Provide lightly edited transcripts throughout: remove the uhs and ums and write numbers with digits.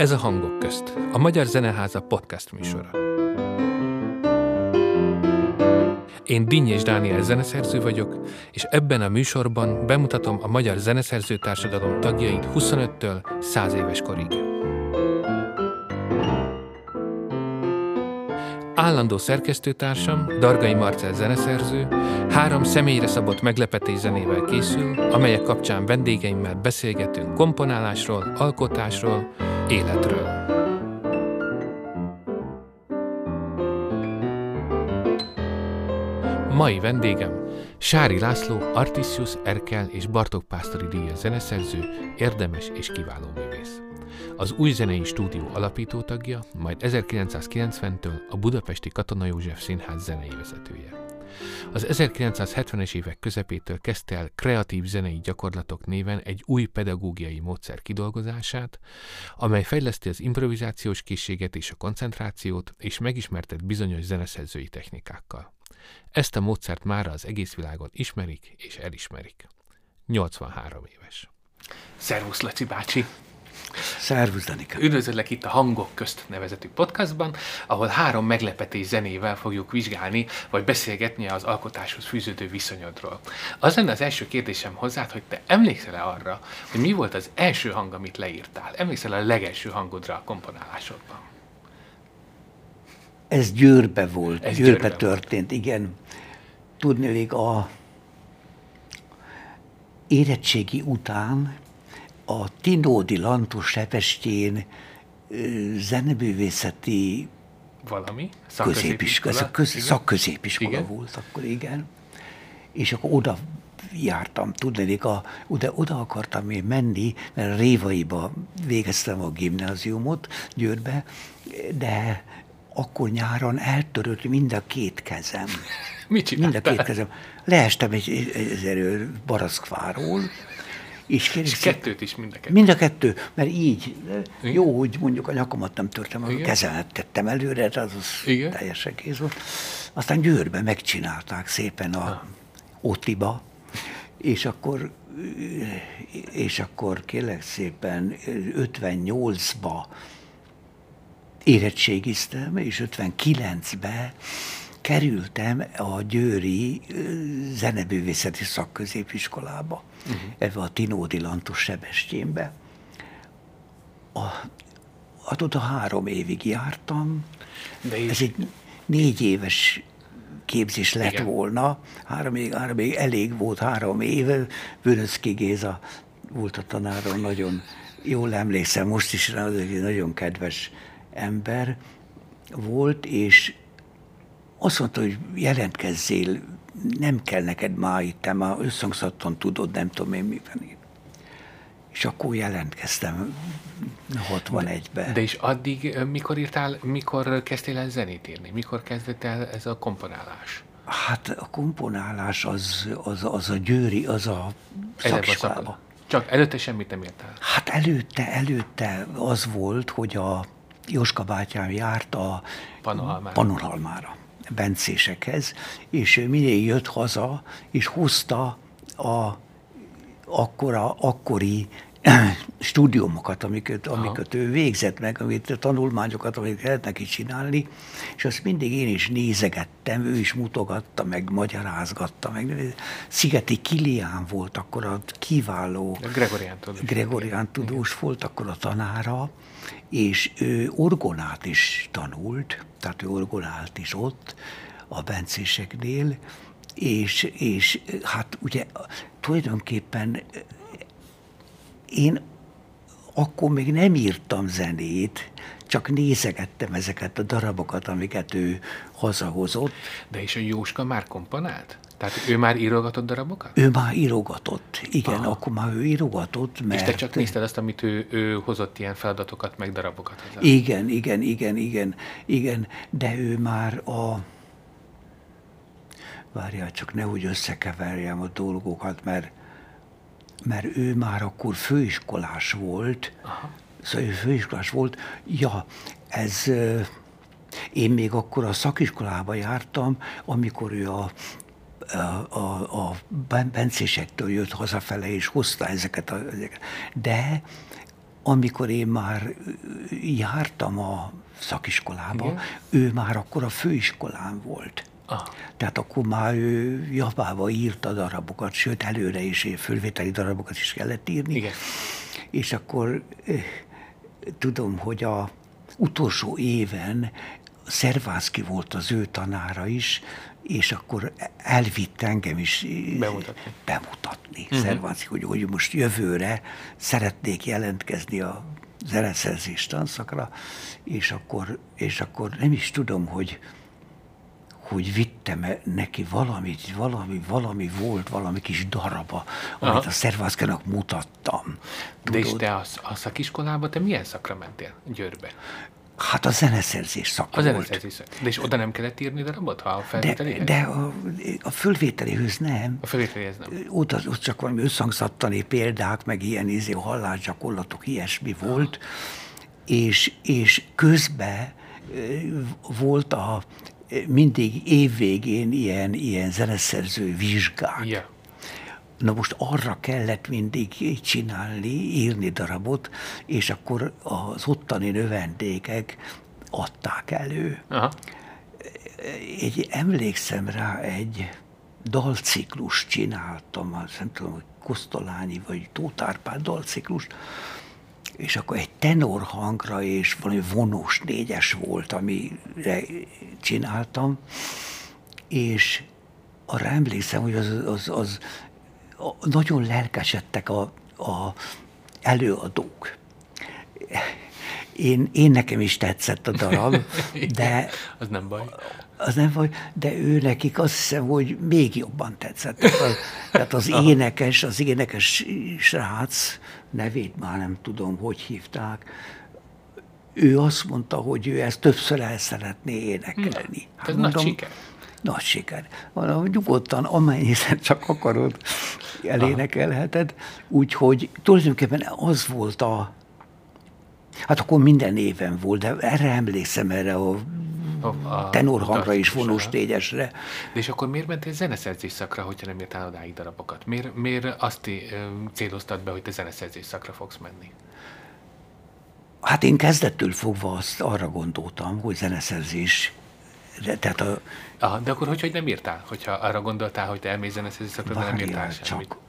Ez a Hangok közt, a Magyar Zeneháza podcast műsora. Én Dinnyés Dániel zeneszerző vagyok, és ebben a műsorban bemutatom a magyar zeneszerző társadalom tagjait 25-től 100 éves korig. Állandó szerkesztőtársam, Dargai Marcell zeneszerző, 3 személyre szabott meglepetés zenével készül, amelyek kapcsán vendégeimmel beszélgetünk komponálásról, alkotásról, életről. Mai vendégem Sári László, Artisius, Erkel és Bartók Pásztori díjas zeneszerző, érdemes és kiváló művész. Az Új Zenei Stúdió alapítótagja, majd 1990-től a Budapesti Katona József Színház zenei vezetője. Az 1970-es évek közepétől kezdte el kreatív zenei gyakorlatok néven egy új pedagógiai módszer kidolgozását, amely fejleszti az improvizációs készséget és a koncentrációt, és megismertet bizonyos zeneszerzői technikákkal. Ezt a módszert mára az egész világon ismerik és elismerik. 83 éves. Szervusz, Laci bácsi! Szervusz, Danika! Üdvözöllek itt a Hangok közt nevezetű podcastban, ahol 3 meglepetés zenével fogjuk vizsgálni, vagy beszélgetni az alkotáshoz fűződő viszonyodról. Az lenne az első kérdésem hozzád, hogy te emlékszel-e arra, hogy mi volt az első hang, amit leírtál? Emlékszel-e a legelső hangodra a komponálásodban? Ez Győrbe volt, Győrbe történt, igen. Tudnélik, a érettségi után a Tinódi Lantos Sebestyén zenebűvészeti szakközépiskola volt akkor, igen. És akkor oda jártam, tudnélik, oda akartam én menni, mert Révaiba végeztem a gimnáziumot Győrbe, de akkor nyáron eltörött mind a 2 kezem. Mit csináltál? Mind a 2 kezem. Leestem egy Barackváról, és 2 is mind a 2. Mind a 2, mert így, jó, hogy mondjuk a nyakamat nem törtem, a kezemet tettem előre, az teljesen kész volt. Aztán Győrbe megcsinálták szépen a Otiba, és akkor kérlek szépen 58-ba érettségiztem, és 59-ben kerültem a győri zenebűvészeti szakközépiskolába, ebbe a Tinódi Lantos Sebestyénbe. Oda 3 évig jártam, ez egy 4 éves képzés lett volna, 3 évig elég volt, 3 év, Vöröczki Géza volt a tanárom, nagyon jól emlékszem, most is rá, egy nagyon kedves ember volt, és azt mondta, hogy jelentkezzél, nem kell neked már itt, te már összhangzattan tudod, nem tudom én miben. És akkor jelentkeztem 61-ben. De és addig mikor kezdtél el zenét írni? Mikor kezdett el ez a komponálás? Hát a komponálás az a győri, az a szakiskolában. Csak előtte semmit nem írtál? Hát előtte az volt, hogy a Jóska bátyám járt a Pannonhalmára, bencésekhez, és mindig jött haza, és hozta akkori stúdiumokat, amiket ő végzett meg, tanulmányokat, amiket lehet neki csinálni, és azt mindig én is nézegettem, ő is mutogatta, meg magyarázgatta, meg Szigeti Kilián volt akkor a kiváló Gregorián tudós volt akkor a tanára, és ő orgonát is tanult, tehát ő orgonált is ott a bencéseknél, és hát ugye tulajdonképpen én akkor még nem írtam zenét, csak nézegettem ezeket a darabokat, amiket ő hazahozott. De és a Jóska már komponált? Tehát ő már írogatott darabokat? Ő már írogatott, igen, akkor már ő írogatott, mert... És te csak nézted azt, amit ő hozott ilyen feladatokat, meg darabokat hozzá? Igen, de ő már várjál, csak nehogy összekeverjem a dolgokat, mert ő már akkor főiskolás volt. Aha. Szóval ő főiskolás volt. Ja, én még akkor a szakiskolába jártam, amikor ő a bencésektől jött hazafele, és hozta ezeket. De amikor én már jártam a szakiskolába, Igen. ő már akkor a főiskolán volt. Tehát akkor már ő Japánba írta darabokat, sőt előre is fölvételi darabokat is kellett írni. Igen. És akkor tudom, hogy a utolsó éven Szervászki volt az ő tanára is, és akkor elvitt engem is bemutatni. Szervászki, hogy most jövőre szeretnék jelentkezni a zeneszerzés tanszakra, és akkor nem is tudom, hogy vittem neki valami volt, valami kis daraba, amit a Szervászkának mutattam. De és te a szakiskolába, te milyen szakra mentél Győrbe? Hát a zeneszerzés szakra volt. A zeneszerzés szakra. De és oda nem kellett írni darabot, ha a felvételéhez? De a fölvételéhez nem. A fölvételéhez nem. Ott csak valami összhangzattani példák, meg ilyen hallásgyakorlatok, ilyesmi volt. És közben volt mindig évvégén ilyen zeneszerző vizsgák. Ja. Na most arra kellett mindig csinálni, írni darabot, és akkor az ottani növendékek adták elő. Aha. Emlékszem rá, egy dalciklust csináltam, nem tudom, hogy Kosztolányi vagy Tóth Árpád dalciklust, és akkor egy tenorhangra és valami vonós négyes volt, amire csináltam, és arra emlékszem, hogy az nagyon lelkesedtek a előadók. Én nekem is tetszett a darab, de... Az nem baj. Az nem baj, de ő nekik azt hiszem, hogy még jobban tetszett. Tehát az énekes srác, nevét már nem tudom, hogy hívták, ő azt mondta, hogy ő ezt többször el szeretné énekelni. Hát ez mondom, nagy siker. Nagy siker. Mondom, nyugodtan, amennyire csak akarod, elénekelheted. Úgyhogy tulajdonképpen az volt hát akkor minden éven volt, de erre emlékszem, erre a tenorhangra és vonós négyesre. De és akkor miért mentél zeneszerzés szakra, hogyha nem írtál odáig darabokat? Miért azt céloztad be, hogy te zeneszerzés szakra fogsz menni? Hát én kezdettől fogva arra gondoltam, hogy zeneszerzés. Tehát de akkor hogy nem írtál? Hogyha arra gondoltál, hogy te elmész zeneszerzés szakra, de nem írtál semmit? Csak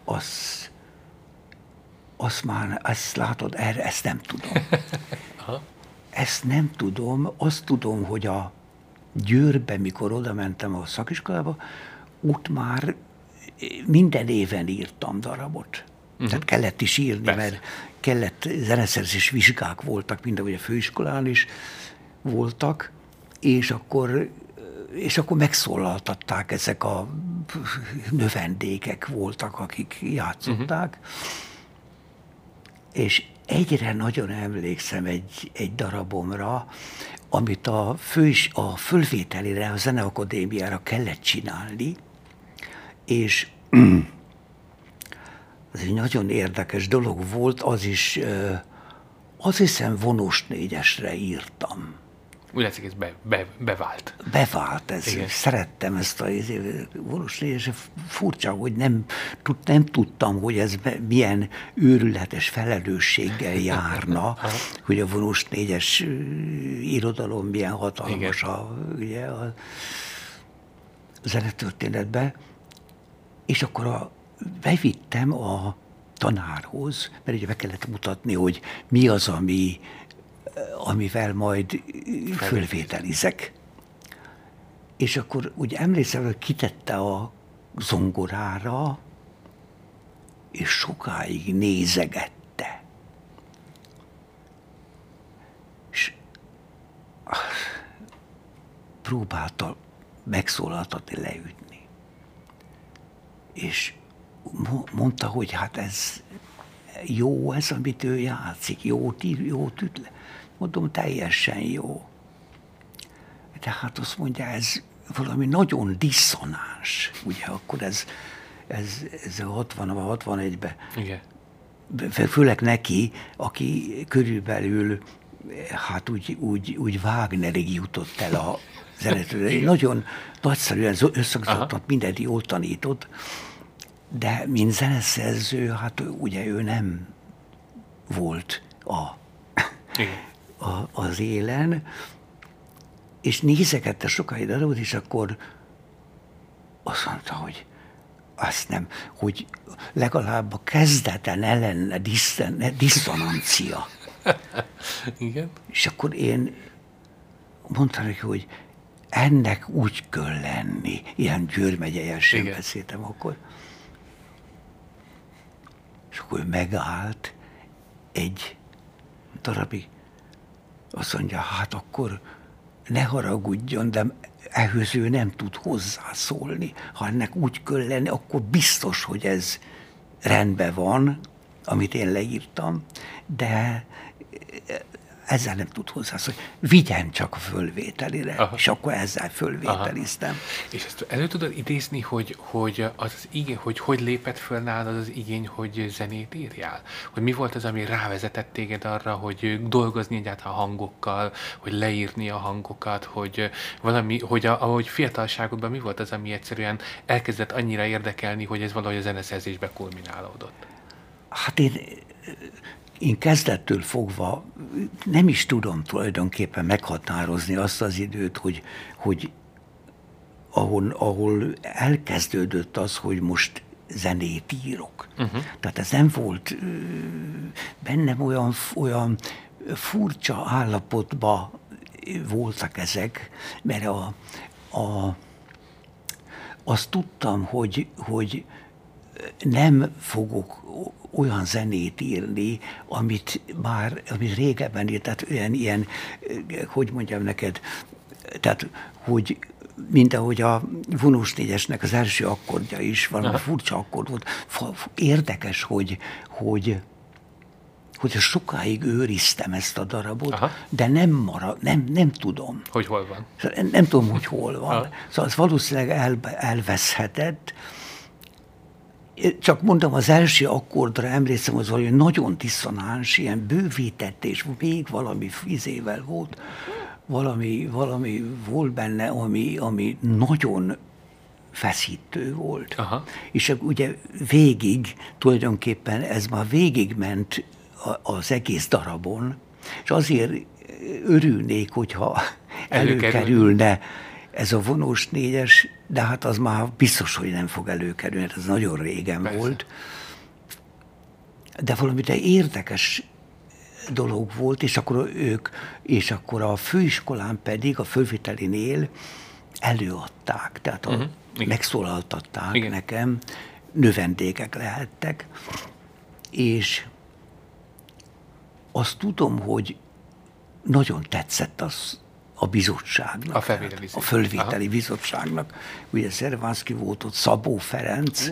azt látod, ezt nem tudom. Aha. Ezt nem tudom. Azt tudom, hogy a Győrbe, mikor oda mentem a szakiskolába, ott már minden éven írtam darabot. Tehát kellett is írni, persze, mert kellett, zeneszerzés vizsgák voltak, mindenhogy a főiskolán is voltak, és akkor megszólaltatták, ezek a növendékek voltak, akik játszották, és egyre nagyon emlékszem egy darabomra, amit a fölvételére, a Zeneakadémiára kellett csinálni, és ez egy nagyon érdekes dolog volt, az is, azt hiszem vonós négyesre írtam. Úgy látszik, ez bevált. Bevált, szerettem ezt a vonós négyesre. Furcsa, hogy nem tudtam, hogy ez milyen őrületes felelősséggel járna, hogy a vonós négyes irodalom milyen hatalmas a zenetörténetbe. És akkor bevittem a tanárhoz, mert ugye be kellett mutatni, hogy mi az, amivel majd fölvételizek. És akkor úgy emlékszem, hogy kitette a zongorára, és sokáig nézegette. És próbálta megszólaltatni, leütni. És mondta, hogy hát ez jó, ez, amit ő játszik, jót üt le. Mondom, teljesen jó. De hát azt mondja, ez valami nagyon diszonáns. Ugye akkor ez 61-ben. Igen. Főleg neki, aki körülbelül hát úgy Wagnerig jutott el a zenetről. Nagyon nagyszerűen összehangzottan mindent jól tanított, de mint zeneszerző, hát ugye ő nem volt az élen, és nézegette sokáig darabot, és akkor azt mondta, hogy azt nem, hogy legalább a kezdeten ne lenne diszonancia. Igen. És akkor én mondtam neki, hogy ennek úgy kell lenni. Ilyen Győr megyeiesen beszéltem akkor. És akkor ő megállt egy darabig. Azt mondja, hát akkor ne haragudjon, de ehhez ő nem tud hozzászólni. Ha ennek úgy kell lenni, akkor biztos, hogy ez rendben van, amit én leírtam, de ezzel nem tud hozzászólni. Vigyen csak a fölvételire, és akkor ezzel fölvételiztem. Aha. És ezt elő tudod idézni, hogy az igény, hogy lépett föl nálad az igény, hogy zenét írjál? Hogy mi volt az, ami rávezetett téged arra, hogy dolgozni egyáltalán hangokkal, hogy leírni a hangokat, hogy valami, ahogy fiatalságodban mi volt az, ami egyszerűen elkezdett annyira érdekelni, hogy ez valahogy a zeneszerzésbe kulminálódott? Hát én kezdettől fogva nem is tudom tulajdonképpen meghatározni azt az időt, hogy ahol elkezdődött az, hogy most zenét írok. Tehát ez nem volt bennem olyan furcsa állapotban voltak ezek, mert azt tudtam, hogy nem fogok olyan zenét írni, amit régebben írt, tehát ilyen, hogy mondjam neked, tehát, hogy mint ahogy a vonós négyesnek az első akkordja is, valami furcsa akkord volt. Érdekes, hogy sokáig őriztem ezt a darabot, de nem tudom. Hogy hol van? Nem tudom, hogy hol van. Szóval az valószínűleg elveszhetett. Csak mondom, az első akkordra emlékszem, az valami nagyon diszonáns, ilyen bővített, és még valami fizével volt, valami volt benne, ami nagyon feszítő volt. És ugye tulajdonképpen ez már végigment az egész darabon, és azért örülnék, hogyha előkerülne ez a vonós négyes, de hát az már biztos, hogy nem fog előkerülni, ez nagyon régen volt. De valami érdekes dolog volt, és akkor a főiskolán pedig, a fölvitelinél előadták, tehát megszólaltatták nekem, növendékek lehettek, és azt tudom, hogy nagyon tetszett az a bizottságnak, a fölvételi bizottságnak. Ugye Szervánszky volt ott, Szabó Ferenc,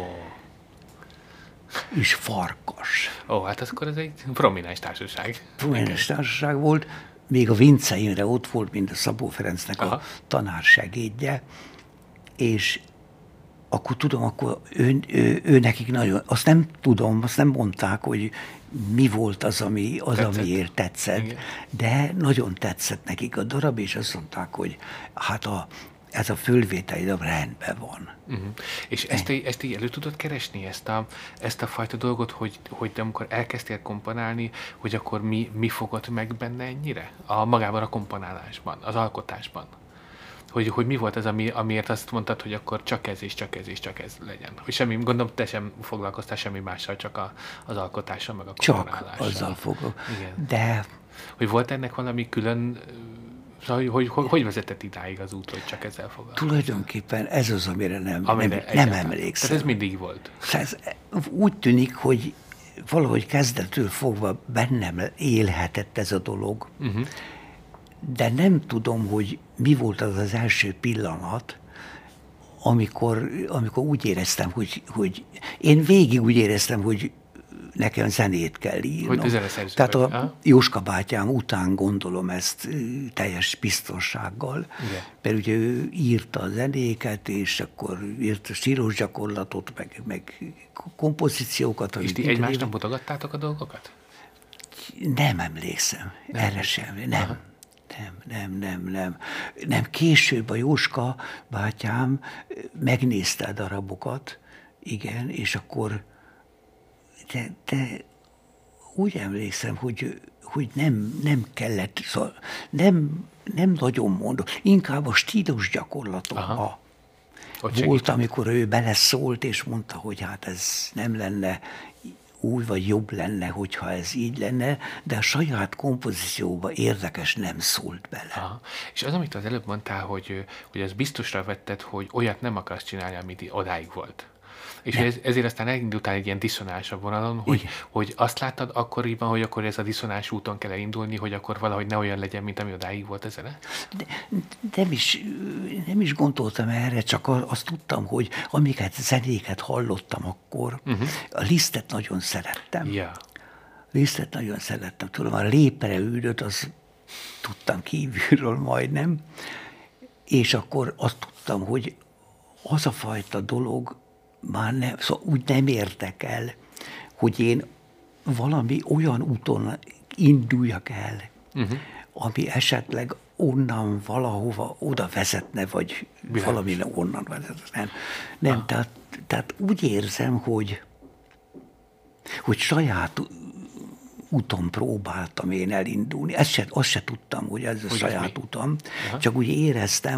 és Farkas. Hát akkor ez egy prominens társaság. Prominens társaság volt, még a Vince Imre ott volt, mint a Szabó Ferencnek a tanársegédje, és akkor tudom, akkor ő nekik nagyon, azt nem tudom, azt nem mondták, hogy mi volt az, amiért tetszett. Igen. De nagyon tetszett nekik a darab, és azt mondták, hogy hát ez a fölvételi darab rendben van. És ezt így elő tudod keresni, ezt a fajta dolgot, hogy amikor elkezdtél komponálni, hogy akkor mi fogott meg benne ennyire? Magában a komponálásban, az alkotásban? Hogy mi volt az, amiért azt mondtad, hogy akkor csak ez és csak ez és csak ez legyen. Hogy gondolom, te sem foglalkoztál semmi mással, csak az alkotással, meg a komponálással. Csak azzal fogok. Igen. De... Hogy volt ennek valami külön, hogy vezetett idáig az út, hogy csak ezzel foglalkozni? Tulajdonképpen ez az, amire nem emlékszem. Tehát ez mindig volt. Ez úgy tűnik, hogy valahogy kezdettől fogva bennem élhetett ez a dolog, de nem tudom, hogy mi volt az első pillanat, amikor úgy éreztem, hogy én végig úgy éreztem, hogy nekem zenét kell írnom. Tehát a Jóska bátyám után gondolom ezt teljes biztonsággal, mert ugye ő írta a zenéket, és akkor írta a stílus gyakorlatot, meg kompozíciókat. És ti egymásnak mutogattátok a dolgokat? Nem emlékszem, erre sem, nem. Nem. Később a Jóska bátyám megnézte a darabokat, igen, és akkor de úgy emlékszem, hogy nem kellett, szóval nem nagyon mondott, inkább a stílus gyakorlatokban volt, amikor ő beleszólt, és mondta, hogy hát ez nem lenne úgy, vagy jobb lenne, hogyha ez így lenne, de a saját kompozícióba érdekes nem szólt bele. Aha. És az, amit az előbb mondtál, hogy az biztosra vetted, hogy olyat nem akarsz csinálni, amit odáig volt. És ezért aztán elindultál egy ilyen diszonás a vonalon, hogy azt láttad akkoriban, hogy akkor ez a diszonás úton kell elindulni, hogy akkor valahogy ne olyan legyen, mint ami odáig volt a zene? Nem is gondoltam erre, csak azt tudtam, hogy amiket zenéket hallottam akkor, a Lisztet nagyon szerettem. Ja. Lisztet nagyon szerettem. Tudom, a Lépre űröt, az tudtam kívülről majdnem, és akkor azt tudtam, hogy az a fajta dolog már szóval úgy nem értek el, hogy én valami olyan úton induljak el, ami esetleg onnan valahova oda vezetne, vagy valami onnan vezetne. Nem, tehát úgy érzem, hogy saját úton próbáltam én elindulni. Azt se tudtam, hogy ez a saját utam, csak úgy éreztem,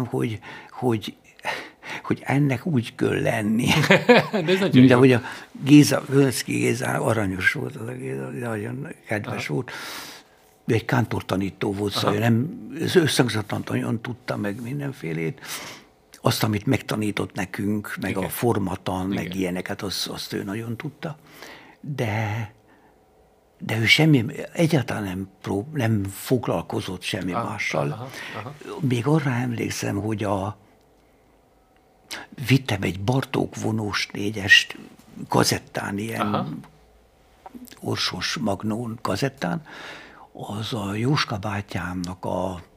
hogy ennek úgy kell lenni. Mint ahogy a Völszki Géza, aranyos volt az a Géza, nagyon kedves volt. Ő egy kántortanító volt, szóval az összhangzatlan nagyon tudta meg mindenfélét. Azt, amit megtanított nekünk, meg a formatan, meg ilyeneket, azt ő nagyon tudta. De ő egyáltalán nem foglalkozott semmi mással. Még arra emlékszem, hogy vittem egy Bartók vonós 4-est kazettán, ilyen Orsos Magnón kazettán, az a Jóska bátyámnak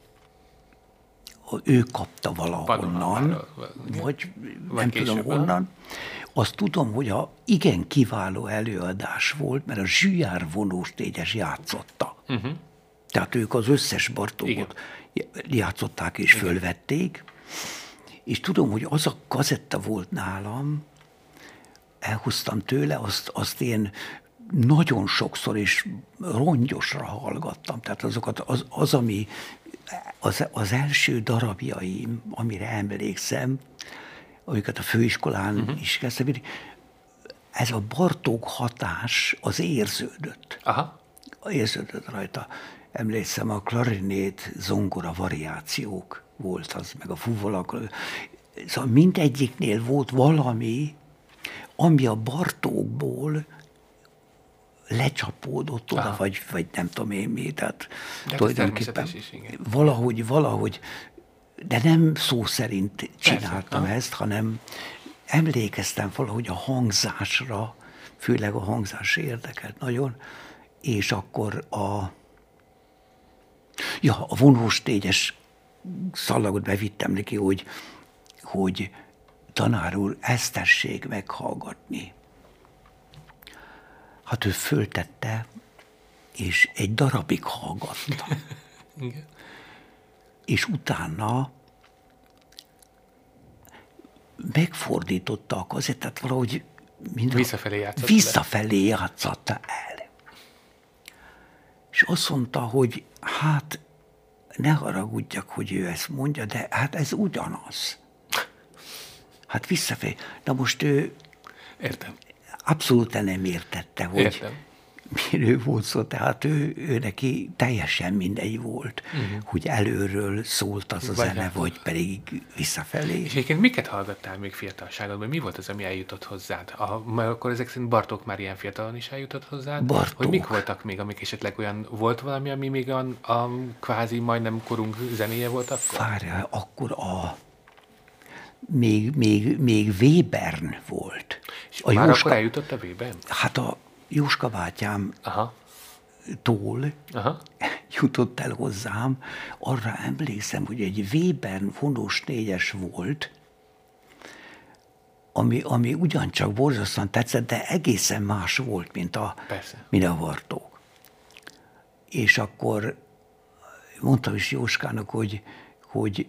ő kapta valahonnan, vagy nem tudom honnan. Azt tudom, hogy igen kiváló előadás volt, mert a Zsüjár vonós 4-es játszotta. Tehát ők az összes Bartókot játszották és fölvették, és tudom, hogy az a kazetta volt nálam, elhoztam tőle, azt én nagyon sokszor és rongyosra hallgattam. Tehát azokat, ami az első darabjaim, amire emlékszem, amiket a főiskolán is kezdtem, ez a Bartók hatás az érződött. Érződött rajta. Emlékszem, a klarinét, zongora variációk volt az, meg a fuvolak. Szóval mindegyiknél volt valami, ami a Bartókból lecsapódott oda, vagy nem tudom én mi. Tehát tulajdonképpen valahogy, de nem szó szerint csináltam ezt, hanem emlékeztem valahogy a hangzásra, főleg a hangzás érdekelt nagyon, és akkor a vonós 4-es szallagot bevittem neki, hogy tanár úr, ezt tessék meghallgatni. Hát ő föltette, és egy darabig hallgatta. És utána megfordította a kazettát, valahogy visszafelé játszotta el. És azt mondta, hogy hát ne haragudjak, hogy ő ezt mondja, de hát ez ugyanaz. Hát visszafelé. Na most ő abszolút nem értette, hogy miről volt szó, tehát ő neki teljesen mindegy volt, hogy előről szólt az a zene, vagy pedig visszafelé. És egyébként miket hallgattál még fiatalságodban? Mi volt az, ami eljutott hozzád? Mert akkor ezek szerint Bartók már ilyen fiatalon is eljutott hozzád? Bartók. Hogy mik voltak még, amik esetleg olyan, volt valami, ami még a kvázi majdnem korunk zenéje volt akkor? Várjál, akkor még Webern volt. És már akkor eljutott a Webern? Hát a Jóska bátyám tól jutott el hozzám. Arra emlékszem, hogy egy Webern vonós 4-es volt, ami ugyancsak borzasztóan tetszett, de egészen más volt, mint a Bartók. És akkor mondtam is Jóskának, hogy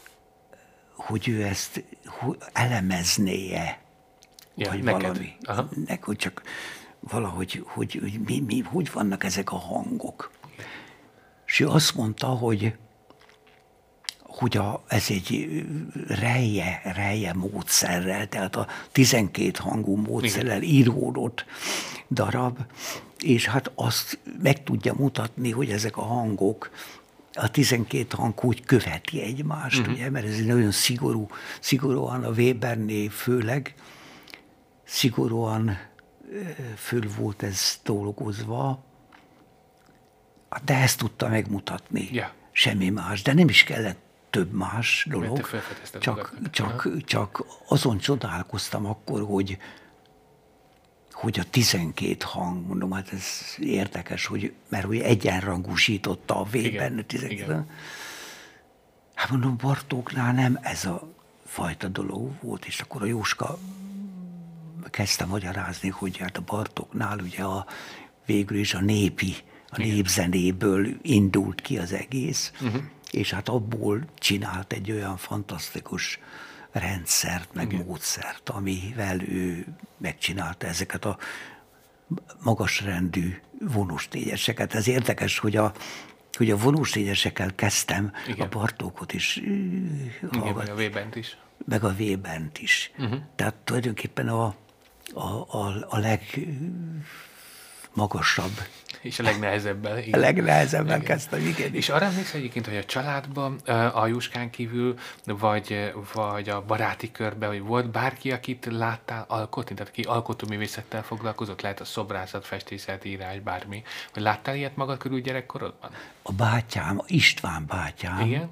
ő ezt elemeznie, vagy valami. Hogy csak valahogy, hogy vannak ezek a hangok. És ő azt mondta, hogy ez egy reje módszerrel, tehát a 12 hangú módszerrel íródott darab, és hát azt meg tudja mutatni, hogy ezek a hangok, a 12 hang úgy követi egymást, ugye, mert ez egy nagyon szigorúan a Webernél főleg, szigorúan föl volt ez dolgozva, de ezt tudta megmutatni. Yeah. Semmi más, de nem is kellett több más dolog, csak azon csodálkoztam akkor, hogy a 12 hang, mondom, hát ez érdekes, mert hogy egyenrangúsította a Weber 12. Hát mondom, Bartóknál nem ez a fajta dolog volt, és akkor a Jóska kezdte magyarázni, hogy hát a Bartóknál ugye végül is a népzenéből indult ki az egész, és hát abból csinált egy olyan fantasztikus rendszert, meg módszert, amivel ő megcsinálta ezeket a magasrendű vonósnégyeseket. Ez érdekes, hogy a vonósnégyesekkel kezdtem a Bartókot is hallgatni. Meg a Webert is. Meg a Webert is. Tehát tulajdonképpen a legmagasabb. És a legnehezebben. A legnehezebben kezdtem, igen. És arra emlékszel egyébként, hogy a családban, a Jóskán kívül, vagy a baráti körben, hogy volt bárki, akit láttál alkotni, tehát aki alkotóművészettel foglalkozott, lehet a szobrászat, festészet, írás, bármi, hogy láttál ilyet magad körül gyerekkorodban? A bátyám, István bátyám, igen?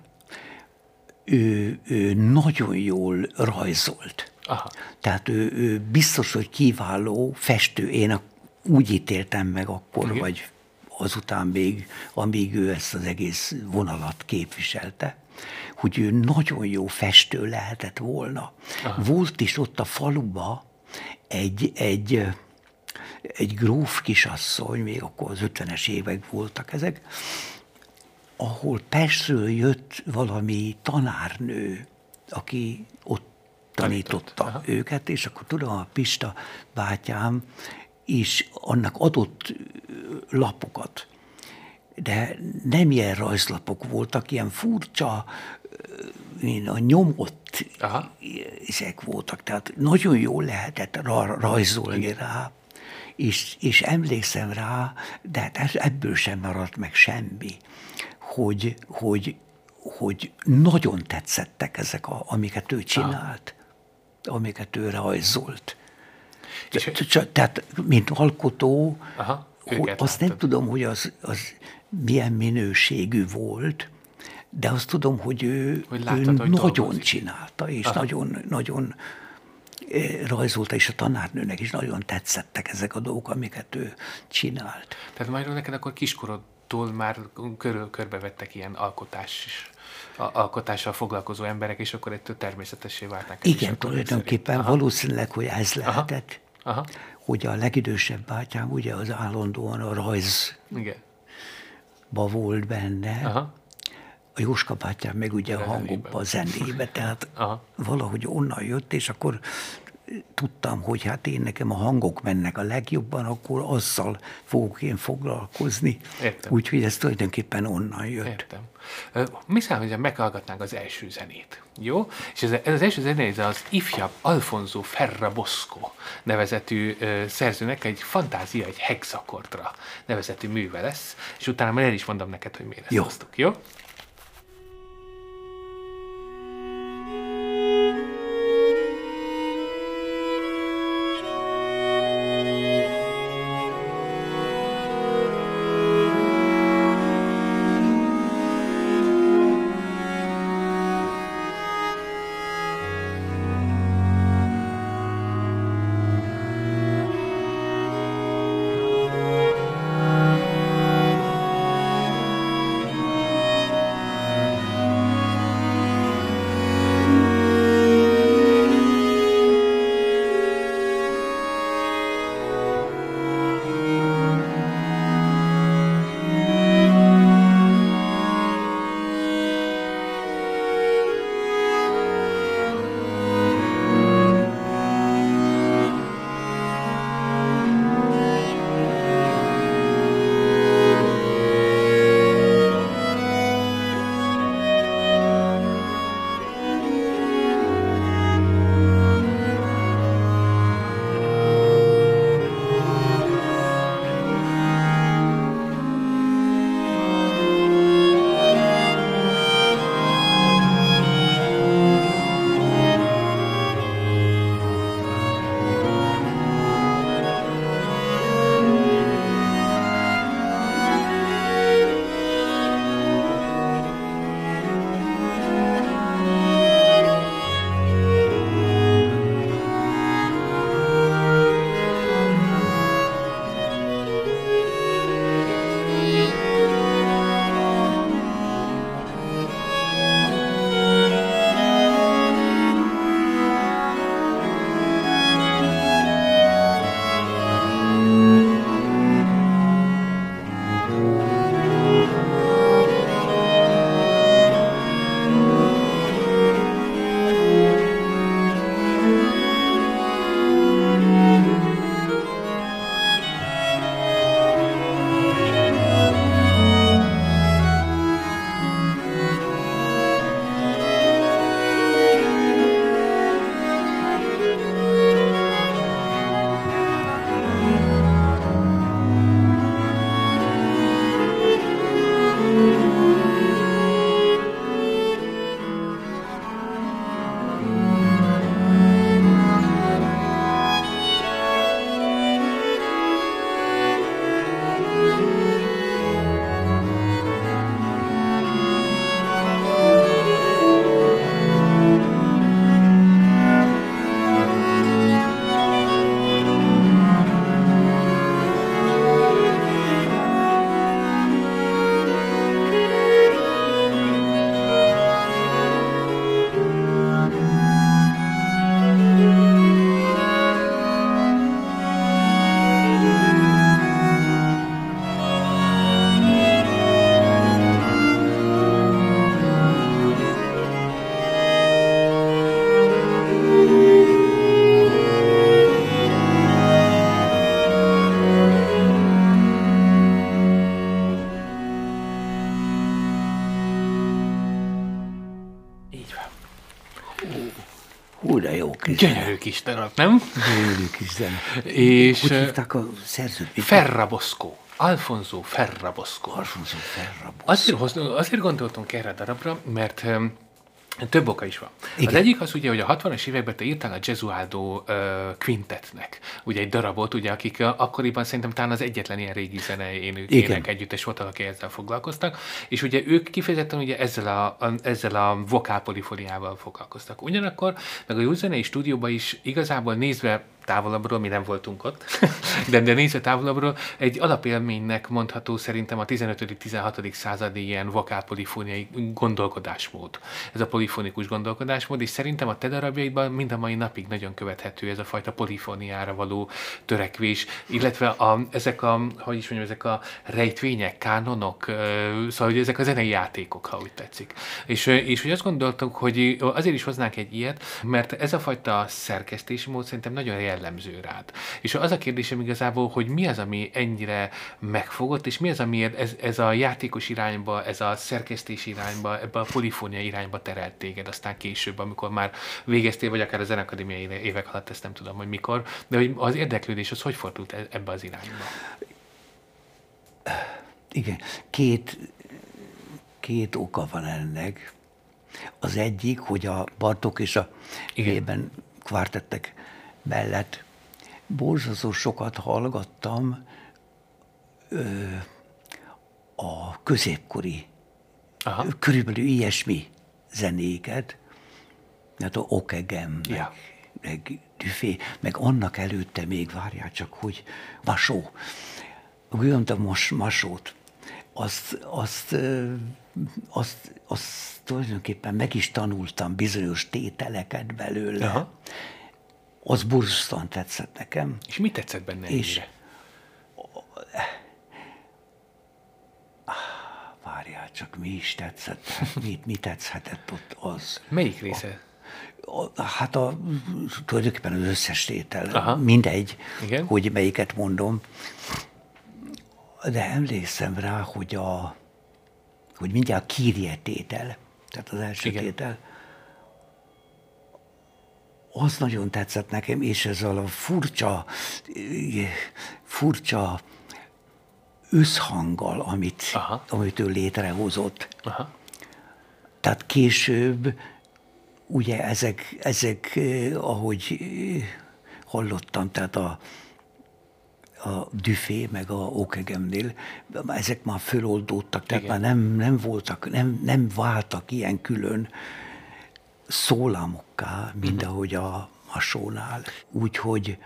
Ő nagyon jól rajzolt. Aha. Tehát ő biztos, hogy kiváló festő. Én úgy ítéltem meg akkor, igen, vagy azután még, amíg ő ezt az egész vonalat képviselte, hogy ő nagyon jó festő lehetett volna. Aha. Volt is ott a faluba egy gróf kisasszony, még akkor az 50-es évek voltak ezek, ahol Pestről jött valami tanárnő, aki ott tanította őket, és akkor tudom, a Pista bátyám is annak adott lapokat. De nem ilyen rajzlapok voltak, ilyen furcsa, a nyomott ezek voltak, tehát nagyon jól lehetett rajzolni rá, és emlékszem rá, de hát ebből sem maradt meg semmi, hogy nagyon tetszettek ezek, amiket ő csinált, amiket ő rajzolt. Tehát, mint alkotó, azt nem tudom, hogy az milyen minőségű volt, de azt tudom, hogy ő nagyon csinálta, és nagyon rajzolta, és a tanárnőnek is nagyon tetszettek ezek a dolgok, amiket ő csinált. Tehát majd neked akkor kiskorodtól már körbevettek ilyen alkotással foglalkozó emberek, és akkor ettől természetessé vált neked. Igen, tulajdonképpen valószínűleg, hogy ez lehetett, hogy a legidősebb bátyám ugye az állandóan a rajzba volt benne, a Jóska bátyám meg ugye a hangokba, a zenébe, tehát valahogy onnan jött, és akkor tudtam, hogy hát én nekem a hangok mennek a legjobban, akkor azzal fogok én foglalkozni. Úgyhogy ez tulajdonképpen onnan jött. Értem. Mi számít, hogy meghallgatnánk az első zenét, jó? És ez az első zene, ez az ifjabb Alfonso Ferrabosco nevezetű szerzőnek egy fantázia, egy hexakordra nevezetű műve lesz, és utána már el is mondom neked, hogy miért ezt hoztuk, jó? kis darab, nem? Gyönyörű kis zene. És hogy hívták a szerzőt? Ferrabosco. Alfonso Ferrabosco. Alfonso Ferrabosco. Azért gondoltunk erre a darabra, mert több oka is van. Igen. Az egyik az ugye, hogy a 60-as években te írtál a Gesualdo Quintetnek, ugye egy darabot, ugye, akik akkoriban szerintem talán az egyetlen ilyen régi zenei együttes voltak, akik ezzel foglalkoztak, és ugye ők kifejezetten ugye ezzel a vokálpolifóniával foglalkoztak. Ugyanakkor, meg a jó zenei stúdióban is igazából nézve távolabbról, mi nem voltunk ott, de nézve távolabbról, egy alapélménynek mondható szerintem a 15.-16. századi ilyen vokálpolifóniai gondolkodásmód. Ez a polifonikus gondolkodásmód, és szerintem a te darabjaidban mind a mai napig nagyon követhető ez a fajta polifóniára való törekvés, illetve ezek a rejtvények, kánonok, szóval hogy ezek a zenei játékok, ha úgy tetszik. És hogy azt gondoltuk, hogy azért is hoznánk egy ilyet, mert ez a fajta szerkesztési mód szerintem nagyon jellemző rád. És az a kérdésem igazából, hogy mi az, ami ennyire megfogott, és mi az, amiért ez a játékos irányba, ez a szerkesztés irányba, ebbe a polifónia irányba terelt téged, aztán később, amikor már végeztél, vagy akár a zenekadémiai évek alatt, ezt nem tudom, hogy mikor, de hogy az érdeklődés az hogy fordult ebbe az irányba? Igen, két oka van ennek. Az egyik, hogy a Bartók és a Rében kvártettek mellett borzasztó sokat hallgattam a középkori, körülbelül ilyesmi zenéket, hát a Okegem, meg Dufay, meg annak előtte még, várjál csak, hogy Masó, Guillaume Masót, azt tulajdonképpen meg is tanultam bizonyos tételeket belőle. Aha. Az borzasztóan tetszett nekem. És mi tetszett benne ennyire? Várjál csak, mi is tetszett? Mi tetszhetett ott az? Melyik része? Hát tulajdonképpen az összes tétel. Mindegy, igen? Hogy melyiket mondom. De emlékszem rá, hogy mindjárt Kyrie tétel, tehát az első tétel, az nagyon tetszett nekem, és ezzel a furcsa összhanggal, amit ő létrehozott. Aha. Tehát később, ugye ezek ahogy hallottam, tehát a Dufay meg a Okegemnél, ezek már föloldódtak, tehát már nem váltak ilyen külön szólamokká, mint ahogy a Masónál. Úgyhogy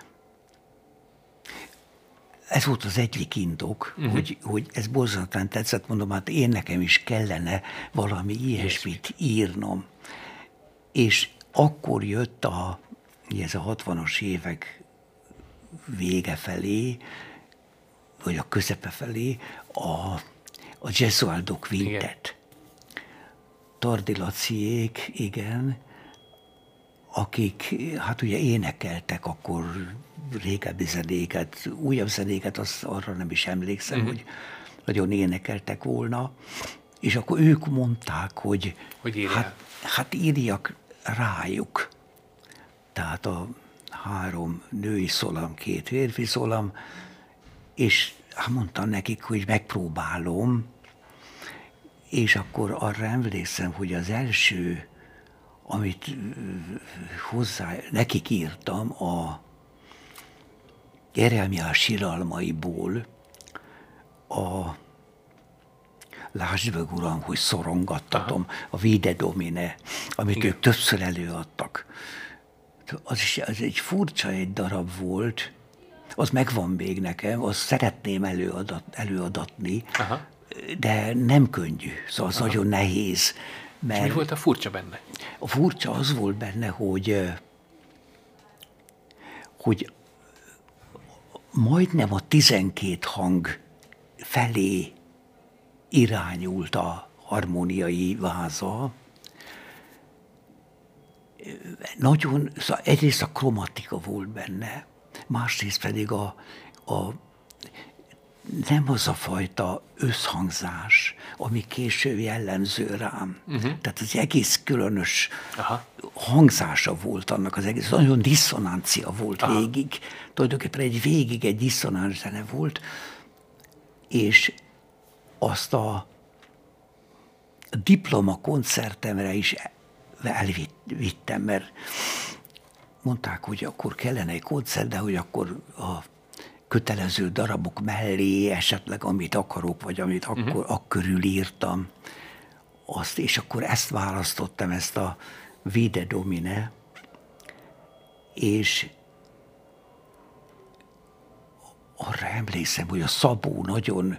ez volt az egyik indok, hogy ez borzasztóan tetszett, mondom, hát nekem is kellene valami ilyesmit írnom. És akkor jött ez a 60-as évek vége felé, vagy a közepe felé a Gesualdo Quintet. Tardi Laciék, igen, akik hát ugye énekeltek akkor régebbi zenéket, újabb zenéket, arra nem is emlékszem, hogy nagyon énekeltek volna, és akkor ők mondták, hogy hát írjak rájuk. Tehát a 3 női szólam, 2 férfi szólam, és hát mondtam nekik, hogy megpróbálom, és akkor arra emlékszem, hogy az első, amit nekik írtam, a Jeremiás siralmaiból, lásd meg, uram, hogy szorongattatom, a Vide Domine, amit ők többször előadtak. Az egy furcsa egy darab volt, az megvan még nekem, azt szeretném előadatni, de nem könnyű, szóval az nagyon nehéz. És mi volt a furcsa benne? A furcsa az volt benne, hogy majdnem a 12 hang felé irányult a harmóniai váza. Nagyon, szóval egyrészt a kromatika volt benne, másrészt pedig nem az a fajta összhangzás, ami később jellemző rám. Tehát az egész különös hangzása volt annak az egész, nagyon diszonancia volt végig. Tulajdonképpen végig egy diszonáns zene volt, és azt a diploma koncertemre is elvittem, mert mondták, hogy akkor kellene egy koncert, de hogy akkor a kötelező darabok mellé esetleg, amit akarok, vagy amit akkor körül írtam, azt, és akkor ezt választottam, ezt a Vide Domine, és arra emlékszem, hogy a Szabó nagyon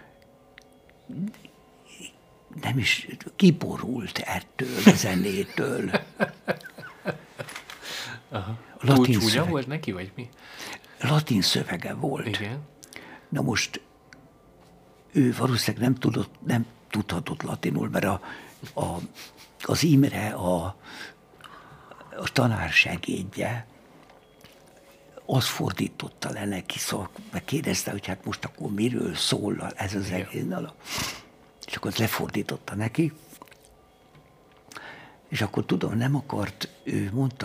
nem is kiborult ettől a zenétől. Túl csúnya volt neki, vagy mi? Latin szövege volt. Igen. Na most ő valószínűleg nem tudhatott latinul, mert az Imre, a tanár segédje, az fordította le neki, szóval megkérdezte, hogy hát most akkor miről szól ez az egész dallam. És akkor lefordította neki, és akkor tudom, nem akart, ő mondta,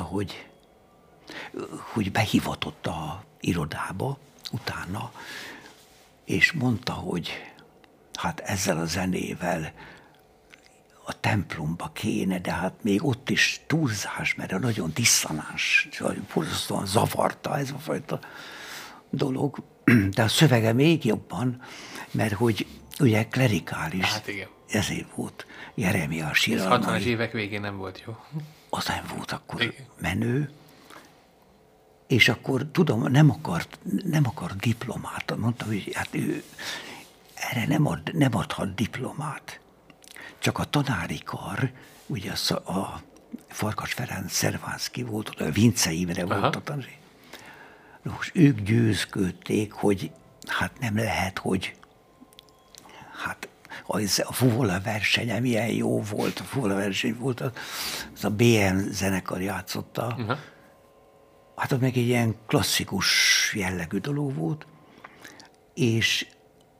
hogy behivatott a irodába utána, és mondta, hogy hát ezzel a zenével a templomba kéne, de hát még ott is túlzás, mert nagyon diszonáns, borzasztóan zavarta ez a fajta dolog. De a szövege még jobban, mert hogy ugye klerikális, hát igen. Ezért volt Jeremiás Ez 60-as évek végén nem volt jó. Az nem volt akkor igen. menő, és akkor tudom, nem akart diplomát. Mondtam, hogy hát ő erre nem adhat diplomát. Csak a tanári kar, ugye a Farkas Ferenc Szervánszky volt, a Vince Imre volt a tanári. Most ők győzködték, hogy hát nem lehet, hogy hát a fuvola versenye milyen jó volt, a fuvola verseny volt, az a BM zenekar játszotta. Hát az meg egy ilyen klasszikus jellegű dolog volt, és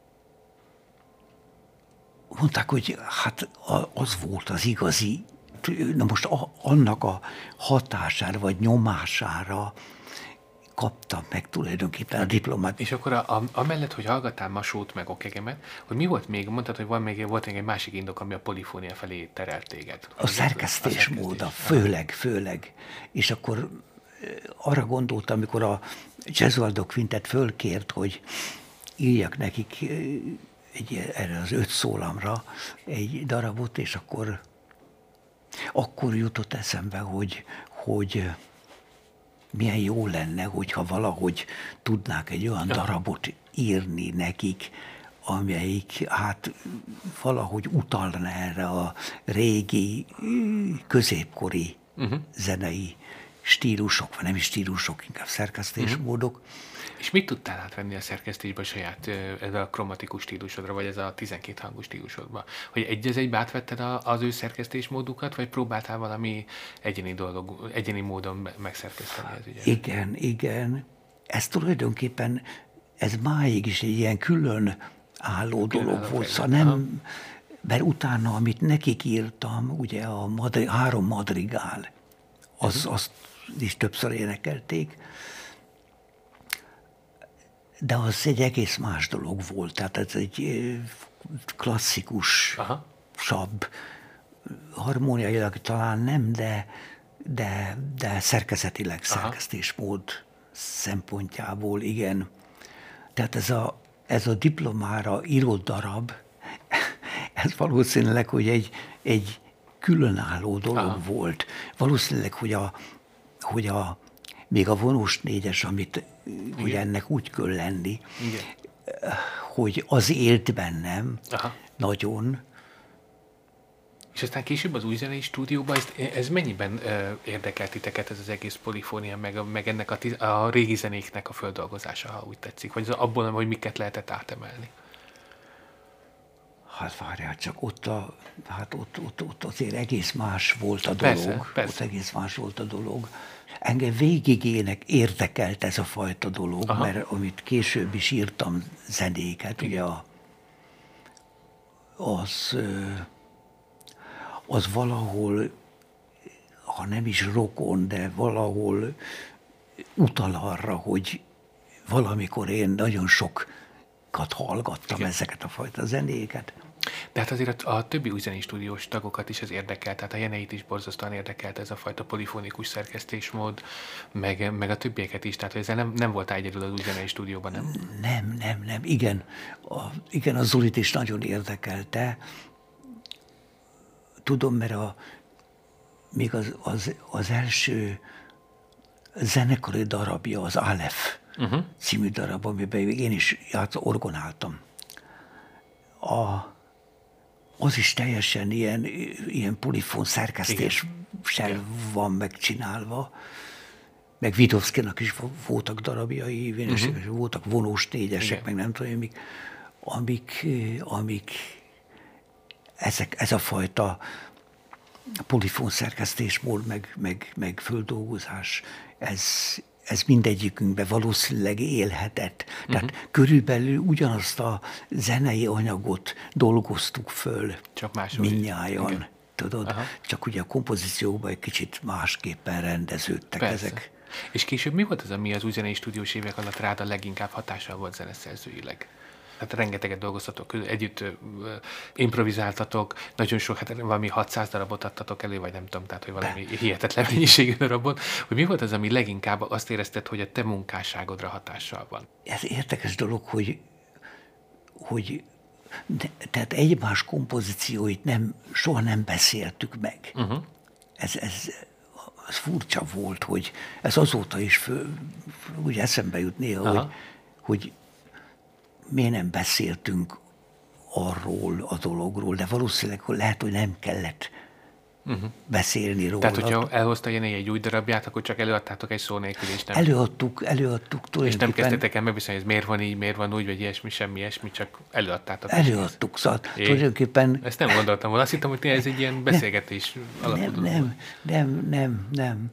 mondták, hogy hát az volt az igazi, na most annak a hatására, vagy nyomására kaptam meg tulajdonképpen a diplomát. És akkor amellett, hogy hallgattál Masót meg Okegemet, hogy mi volt még, mondtad, hogy volt még egy másik indok, ami a polifónia felé terelt téged. A szerkesztésmód, főleg. És akkor arra gondoltam, amikor a Gesualdo Quintet fölkért, hogy írjak nekik erre az 5 szólamra egy darabot, és akkor jutott eszembe, hogy milyen jó lenne, hogyha valahogy tudnák egy olyan darabot írni nekik, amelyik hát valahogy utalna erre a régi, középkori zenei stílusok, vagy nem is stílusok, inkább szerkesztésmódok. És mit tudtál átvenni a szerkesztésbe saját ez a kromatikus stílusodra, vagy ez a 12 hangú stílusodba? Hogy egybe átvetted az ő szerkesztésmódukat, vagy próbáltál valami egyéni módon megszerkeszteni ez ügyet? Igen. Ez tulajdonképpen, ez máig is egy ilyen külön álló dolog volt. Szóval nem, mert utána, amit nekik írtam, ugye a 3 madrigál, azt is többször énekelték, de az egy egész más dolog volt. Tehát ez egy klasszikus, sabb, harmóniailag talán nem, de szerkezetileg, szerkesztésmód szempontjából igen. Tehát ez a diplomára írott darab, ez valószínűleg, hogy egy különálló dolog volt. Valószínűleg, hogy még a vonós 4-es, amit ugye ennek úgy kell lenni, hogy az élt bennem nagyon. És aztán később az újzenei stúdióban, ez mennyiben érdekelt titeket ez az egész polifónia, meg ennek a régi zenéknek a földolgozása, ha úgy tetszik? Vagy abból, hogy miket lehetett átemelni? Hát várjál csak, ott azért egész más volt a dolog. Persze. Ott egész más volt a dolog. Engem végigének érdekelt ez a fajta dolog, Aha. mert amit később is írtam zenéket, ugye az valahol, ha nem is rokon, de valahol utal arra, hogy valamikor én nagyon sokat hallgattam ezeket a fajta zenéket. De hát azért a többi új zenei stúdiós tagokat is ez érdekelt, tehát a Jeneit is borzasztóan érdekelt ez a fajta polifonikus szerkesztésmód, meg a többieket is, tehát ezzel nem voltál egyedül az új zenei stúdióban, nem? Nem. Igen, a Zolit is nagyon érdekelte. Tudom, mert még az első zenekari darabja, az Aleph című darab, amiben én is orgonáltam. Az is teljesen ilyen polifón szerkesztéssel van megcsinálva, meg Vitovszkinak is voltak darabjai, voltak vonós négyesek, meg nem tudom, amik ez a fajta polifón szerkesztésmód, meg földolgozás, ez mindegyikünkben valószínűleg élhetett. Tehát körülbelül ugyanazt a zenei anyagot dolgoztuk föl mindnyájan. Tudod? Aha. Csak ugye a kompozícióban egy kicsit másképpen rendeződtek ezek. És később mi volt az, ami az új zenei stúdiós évek alatt rád a leginkább hatással volt zeneszerzőileg? Hát rengeteget dolgoztatok, együtt improvizáltatok, nagyon sok, hát valami 600 darabot adtatok elő, vagy nem tudom, tehát hogy valami hihetetlen mennyiségű darabot. Hogy mi volt az, ami leginkább azt érezted, hogy a te munkásságodra hatással van? Ez érdekes dolog, tehát egymás kompozícióit soha nem beszéltük meg. Ez furcsa volt, hogy ez azóta is úgy eszembe jut néha, hogy miért nem beszéltünk arról a dologról, de valószínűleg lehet, hogy nem kellett beszélni róla. Tehát, hogyha elhozta Jenei egy új darabját, akkor csak előadtátok egy szó nélkül, és nem... Előadtuk és nem kezdtétek el megbeszélni, hogy ez miért van így, miért van úgy, vagy ilyesmi, semmi iesmi, csak előadtátok. Előadtuk, szóval tulajdonképpen... Ezt nem gondoltam volna, azt hittem, hogy ez egy ilyen beszélgetés alapú. Nem.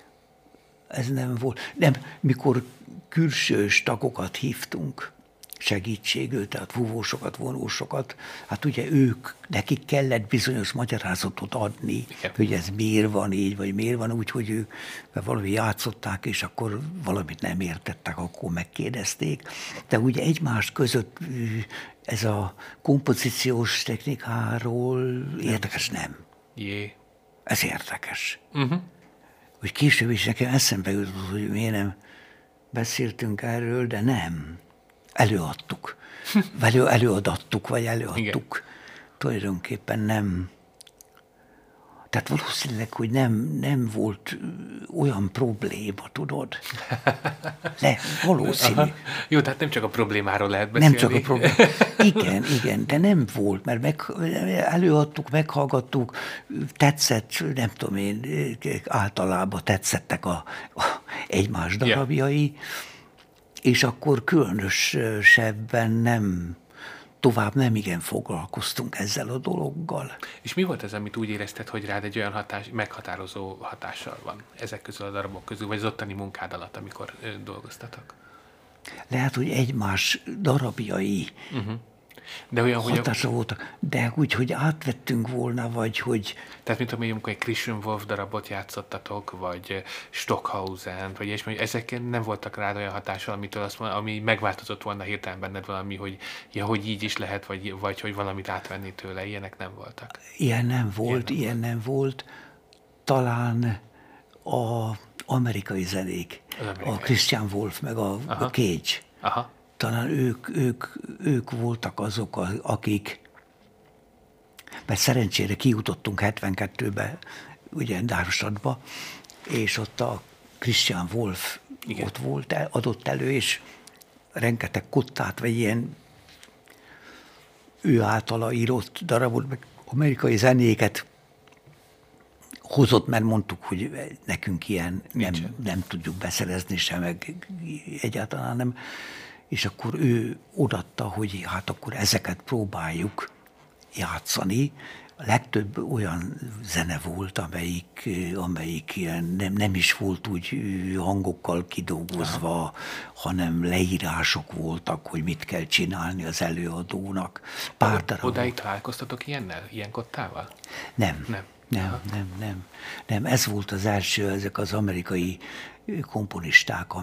Ez nem volt. Nem, mikor külsős tagokat hívtunk, segítségül, tehát fúvósokat, vonósokat, hát ugye nekik kellett bizonyos magyarázatot adni, hogy ez miért van így, vagy miért van úgy, hogy ők valami játszották, és akkor valamit nem értettek, akkor megkérdezték. De ugye egymás között ez a kompozíciós technikáról érdekes nem. Ez érdekes. Hogy később is nekem eszembe jutott, hogy miért nem beszéltünk erről, de nem. Előadtuk. Vagy előadtuk. Igen. Tulajdonképpen nem. Tehát valószínűleg, hogy nem volt olyan probléma, tudod? Valószínű. Aha. Jó, tehát nem csak a problémáról lehet beszélni. Nem csak a probléma. Igen, de nem volt, mert előadtuk, meghallgattuk, tetszett, nem tudom én, általában tetszettek egymás darabjai, és akkor különösebben tovább nem igen foglalkoztunk ezzel a dologgal. És mi volt ez, amit úgy érezted, hogy rád egy olyan meghatározó hatással van ezek közül a darabok közül, vagy az ottani munkád alatt, amikor dolgoztatok? Lehet, hogy egymás darabjai de olyan, hatása voltak, de úgy, hogy átvettünk volna, vagy hogy... Tehát, mint amikor egy Christian Wolff darabot játszottatok, vagy Stockhausen, vagy ilyesmi, ezek nem voltak rád olyan hatással, ami megváltozott volna hirtelen benned valami, hogy hogy így is lehet, vagy hogy valamit átvenni tőle, ilyenek nem voltak? Ilyen nem volt. Talán az amerikai zenék, a Christian Wolff, meg a Cage. Aha. Talán ők voltak azok, akik, mert szerencsére kijutottunk 72-be, ugye Darmstadtba, és ott a Christian Wolff ott volt, adott elő, és rengeteg kottát, vagy ilyen ő általa írott darabot, meg amerikai zenéket hozott, mert mondtuk, hogy nekünk ilyen nem tudjuk beszerezni sem, meg egyáltalán nem. És akkor ő odatta, hogy hát akkor ezeket próbáljuk játszani. A legtöbb olyan zene volt, amelyik ilyen nem is volt úgy hangokkal kidolgozva, hanem leírások voltak, hogy mit kell csinálni az előadónak. Odáig találkoztatok ilyennel, ilyen kottával? Nem. Nem. Ez volt az első, ezek az amerikai komponisták,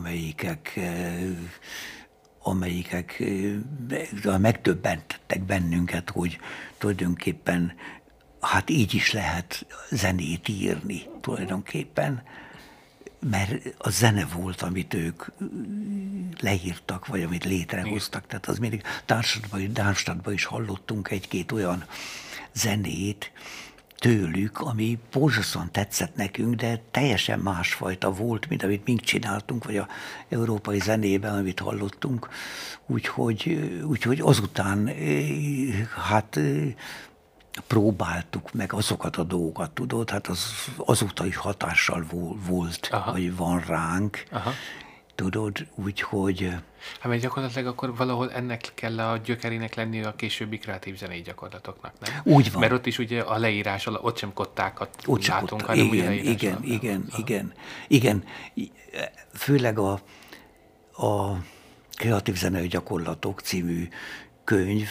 amelyikek megdöbbentettek bennünket, hogy tulajdonképpen hát így is lehet zenét írni tulajdonképpen, mert a zene volt, amit ők leírtak, vagy amit létrehoztak. Tehát az mindig Darmstadtban is hallottunk egy-két olyan zenét tőlük, ami borzasztóan tetszett nekünk, de teljesen másfajta volt, mint amit mink csináltunk, vagy az európai zenében, amit hallottunk. Úgyhogy azután hát próbáltuk meg azokat a dolgokat, tudod, hát azóta is hatással volt, aha, vagy van ránk, aha, tudod, úgyhogy... Hát mert gyakorlatilag akkor valahol ennek kell a gyökerének lenni a későbbi kreatív zenei gyakorlatoknak, nem? Úgy van. Mert ott is ugye a leírás, ott sem kottákat ott látunk, hanem igen, ugye leírás. Igen. Főleg a Kreatív Zenei Gyakorlatok című könyv,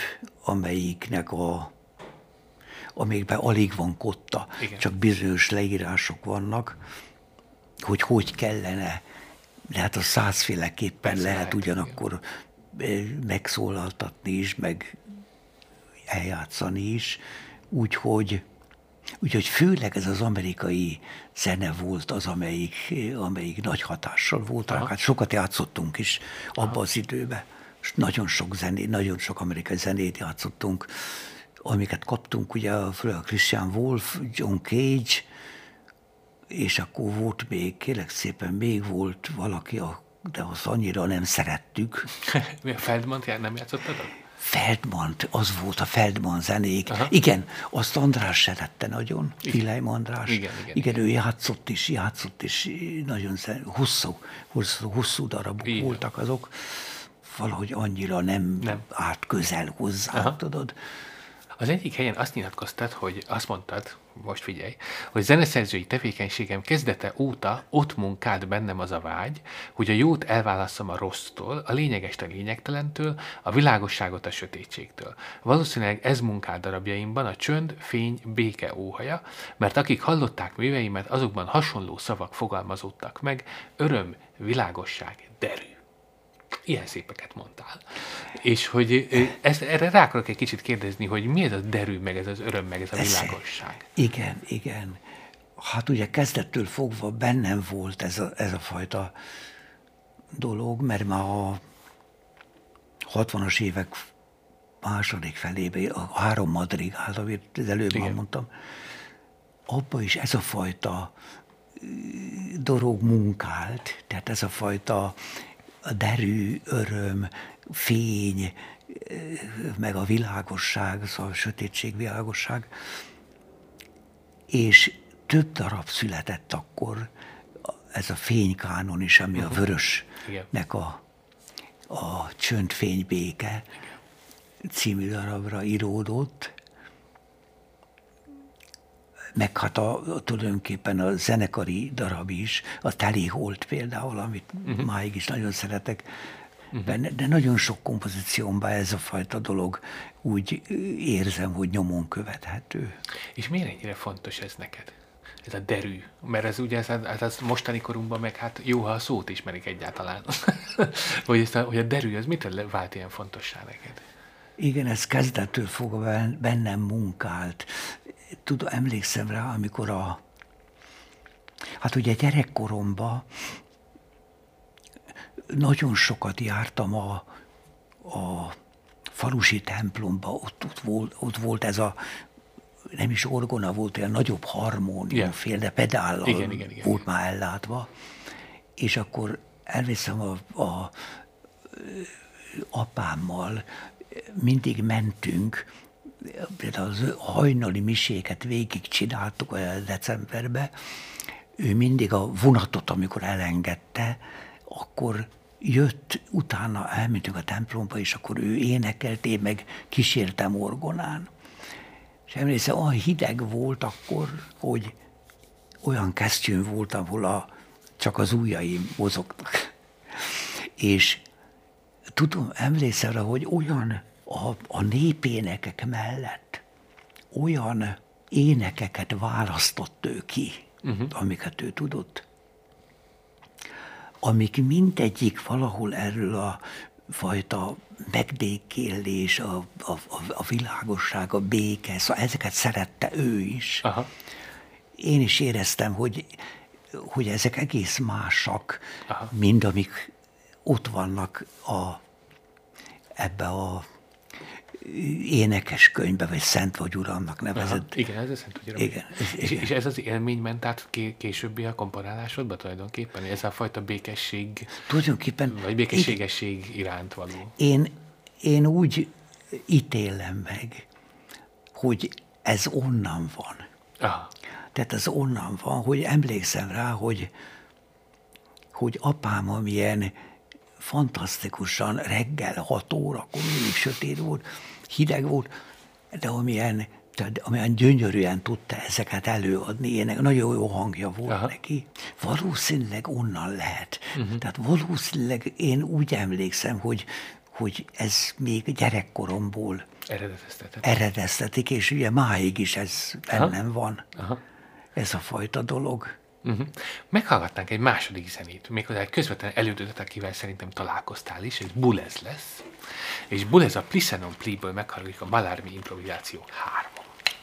amelyikben alig van kotta, igen, csak bizonyos leírások vannak, hogy kellene, de hát a 100-féleképpen persze lehet ugyanakkor megszólaltatni is, meg eljátszani is, úgyhogy főleg ez az amerikai zene volt az, amelyik nagy hatással volt. Hát sokat játszottunk is abban az időben. Nagyon sok amerikai zenét játszottunk, amiket kaptunk, ugye a Christian Wolff, John Cage, és akkor volt még, kérlek szépen, még volt valaki, de azt annyira nem szerettük. Mi a Feldmant nem játszottad? Feldmant, az volt a Feldman zenék. Aha. Igen, azt András szerette nagyon, Vilhelm András. Igen, ő játszott is, nagyon hosszú darabok voltak azok. Valahogy annyira nem állt közel hozzá, aha, tudod. Az egyik helyen azt nyilatkoztad, hogy azt mondtad, most figyelj, hogy zeneszerzői tevékenységem kezdete óta ott munkált bennem az a vágy, hogy a jót elválasszam a rossztól, a lényegest a lényegtelentől, a világosságot a sötétségtől. Valószínűleg ez munkált darabjaimban a csönd, fény, béke óhaja, mert akik hallották műveimet, azokban hasonló szavak fogalmazódtak meg, öröm, világosság, derű. Ilyen szépeket mondtál. És hogy erre rá akarok egy kicsit kérdezni, hogy mi ez a derű, meg ez az öröm, meg ez a világosság? Igen. Hát ugye kezdettől fogva bennem volt ez a fajta dolog, mert már a 60-as évek második felében, a 3 madrigál, amit az előbb már mondtam, abban is ez a fajta dolog munkált, tehát ez a fajta a derű, öröm, fény, meg a világosság, szóval a sötétség, világosság. És több darab született akkor, ez a fénykánon is, ami a Vörösnek a Csönd, fény, béke című darabra íródott. Meg hát tulajdonképpen a zenekari darab is, a Teli Hold például, amit máig is nagyon szeretek benne, de nagyon sok kompozíciómban ez a fajta dolog úgy érzem, hogy nyomon követhető. És miért ennyire fontos ez neked? Ez a derű? Mert ez ugye ez mostani korunkban meg hát jó, ha a szót ismerik egyáltalán. hogy a derű, az mitől vált ilyen fontossá neked? Igen, ez kezdettől fogva bennem munkált. Emlékszem rá, amikor hát ugye gyerekkoromban nagyon sokat jártam a falusi templomba, ott volt ez nem is orgona, volt olyan nagyobb harmóniumféle, de pedállal igen. Volt már ellátva, és akkor elviszem a apámmal, mindig mentünk, például az hajnali miséket végig csináltuk olyan decemberben, ő mindig a vonatot, amikor elengedte, akkor jött, utána elmentünk a templomba, és akkor ő énekelt, én meg kísértem orgonán. És emlékszem, olyan hideg volt akkor, hogy olyan kesztyűm volt, ahol csak az ujjaim mozogtak. És tudom, emlékszem rá, hogy olyan a népénekek mellett olyan énekeket választott ő ki, amiket ő tudott, amik mindegyik valahol erről a fajta megbékélés, a világosság, a béke, szóval ezeket szerette ő is. Aha. Én is éreztem, hogy ezek egész másak, Aha. mint amik ott vannak ebbe a énekes könyvbe, vagy Szent vagy Uramnak nevezett. Igen, ez a Szent vagy Uram. Igen, És ez az élmény ment át későbbi a komponálásodba tulajdonképpen? Ez a fajta békesség, tulajdonképpen vagy békességesség iránt való? Én úgy ítélem meg, hogy ez onnan van. Aha. Tehát ez onnan van, hogy emlékszem rá, hogy apám amilyen fantasztikusan reggel 6 órakor, mindig sötét volt, hideg volt, de amilyen gyönyörűen tudta ezeket előadni, nagyon jó hangja volt neki. Valószínűleg onnan lehet. Tehát valószínűleg én úgy emlékszem, hogy ez még gyerekkoromból eredeztetik, és ugye máig is ez bennem van. Aha. Ez a fajta dolog. Meghallgatnánk egy második zenét, méghozzá egy közvetlen elődötet, akivel szerintem találkoztál is, ez Bulez lesz, és Bulez a Listen on Plea-ből meghallgatjuk a Mallarmé improvizáció 3-on.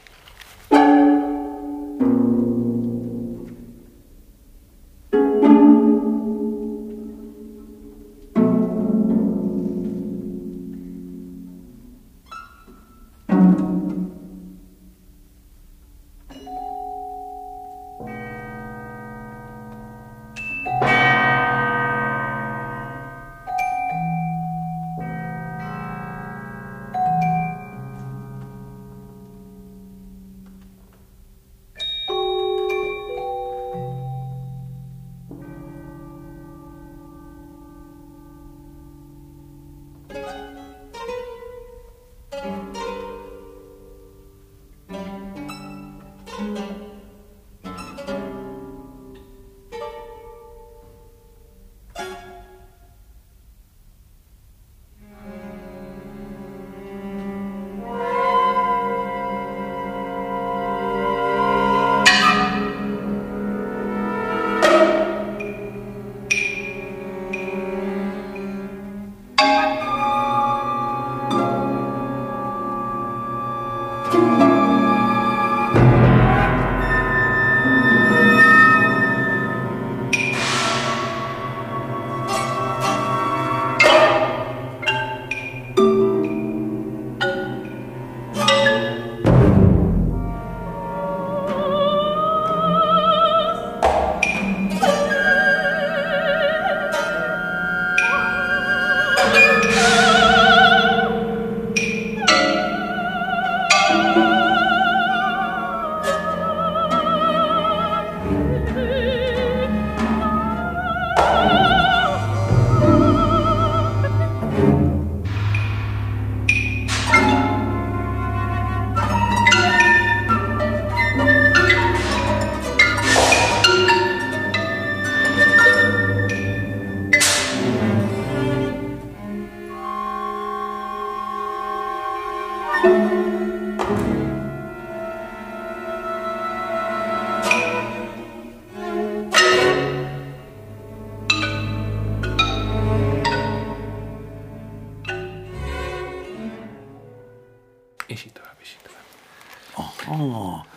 És így tovább, és így tovább. Aha.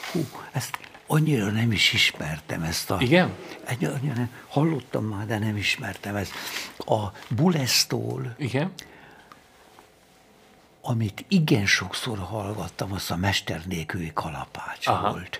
Ezt annyira nem is ismertem ezt a... Igen? Annyira nem, hallottam már, de nem ismertem ezt. A Buleztól, Igen? amit igen sokszor hallgattam, az a Mester nélküli kalapács volt.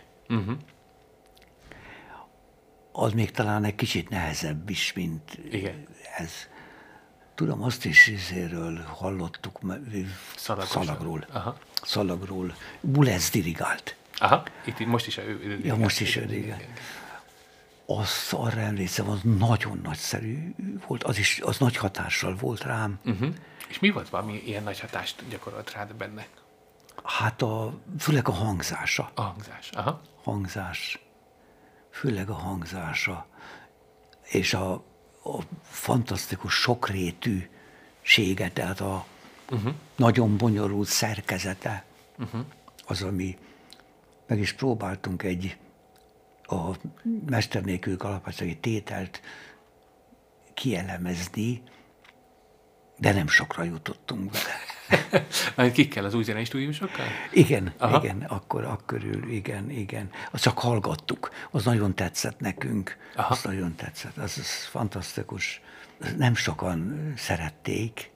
Az még talán egy kicsit nehezebb is, mint igen. Ez. Tudom, azt is izéről hallottuk, Szalagról. Aha. Szalagról. Bulez dirigált. Aha, itt most is ő. Ja, most is ő, igen. Az, arra emlékszem, az nagyon nagyszerű volt, az nagy hatással volt rám. És mi volt valami ilyen nagy hatást gyakorolt rád benne? Hát főleg a hangzása. A hangzás, aha. Hangzás, főleg a hangzása, és a fantasztikus sokrétűsége, tehát a nagyon bonyolult szerkezete, az, ami meg is próbáltunk a mester nélkül kalapácsági tételt kielemezni, de nem sokra jutottunk vele. Kikkel, az új zenei stúdiósokkal? Igen, akkor igen. Azt csak hallgattuk. Az nagyon tetszett nekünk. Aha. Az nagyon tetszett. Az fantasztikus. Nem sokan szerették,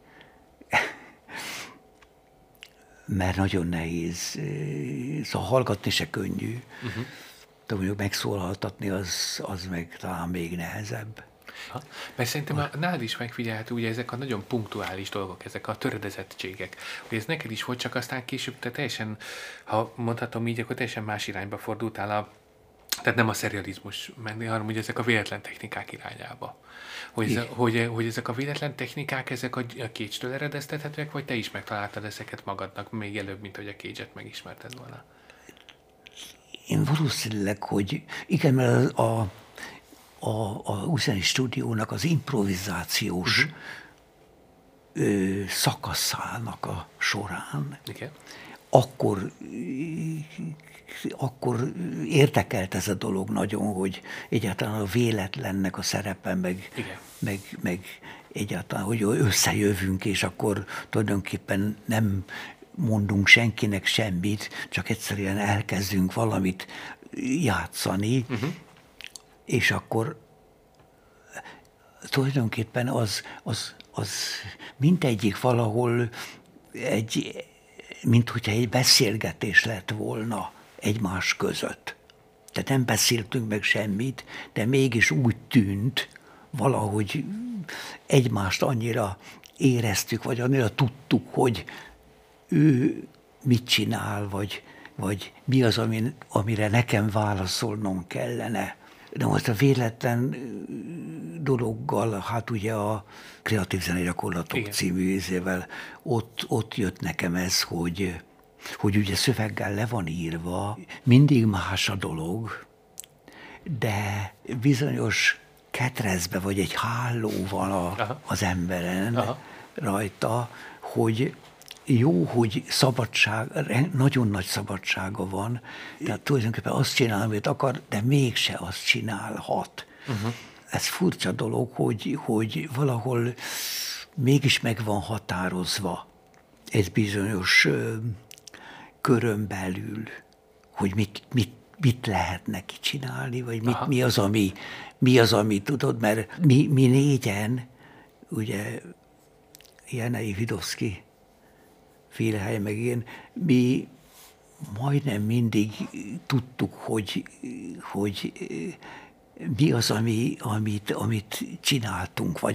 mert nagyon nehéz. Szóval hallgatni se könnyű. De mondjuk megszólaltatni, az meg talán még nehezebb. Ha. Mert szerintem nálad is megfigyelhető, ugye ezek a nagyon punktuális dolgok, ezek a töredezettségek. Hogy ez neked is volt, csak aztán később te teljesen, ha mondhatom így, akkor teljesen más irányba fordultál, tehát nem a szerializmus menni, hanem ugye ezek a véletlen technikák irányába. Hogy ezek a véletlen technikák, ezek a Cage-től eredeztethetőek, vagy te is megtaláltad ezeket magadnak még előbb, mint hogy a Cage-et megismerted volna? Én valószínűleg, hogy igen, mert a újzenei stúdiónak az improvizációs szakaszának a során, igen. Akkor érdekelt ez a dolog nagyon, hogy egyáltalán a véletlennek a szerepe, meg egyáltalán, hogy összejövünk, és akkor tulajdonképpen nem mondunk senkinek semmit, csak egyszerűen elkezdünk valamit játszani, és akkor tulajdonképpen az mindegyik valahol mint hogyha egy beszélgetés lett volna egymás között. Tehát nem beszéltünk meg semmit, de mégis úgy tűnt, valahogy egymást annyira éreztük, vagy annyira tudtuk, hogy ő mit csinál, vagy mi az, amire nekem válaszolnom kellene. De most a véletlen dologgal, hát ugye a Kreatív Zenei Gyakorlatok című ízével ott jött nekem ez, hogy ugye szöveggel le van írva, mindig más a dolog, de bizonyos ketrezbe vagy egy háló van az emberen rajta, hogy jó, hogy nagyon nagy szabadsága van, tehát tulajdonképpen azt csinál, amit akar, de mégse azt csinálhat. Ez furcsa dolog, hogy valahol mégis meg van határozva egy bizonyos körön belül, hogy mit lehet neki csinálni, vagy mi az, ami tudod, mert mi négyen, ugye Jenei Vidovszky Félhely, meg én, mi majdnem mindig tudtuk, hogy mi az, amit csináltunk, vagy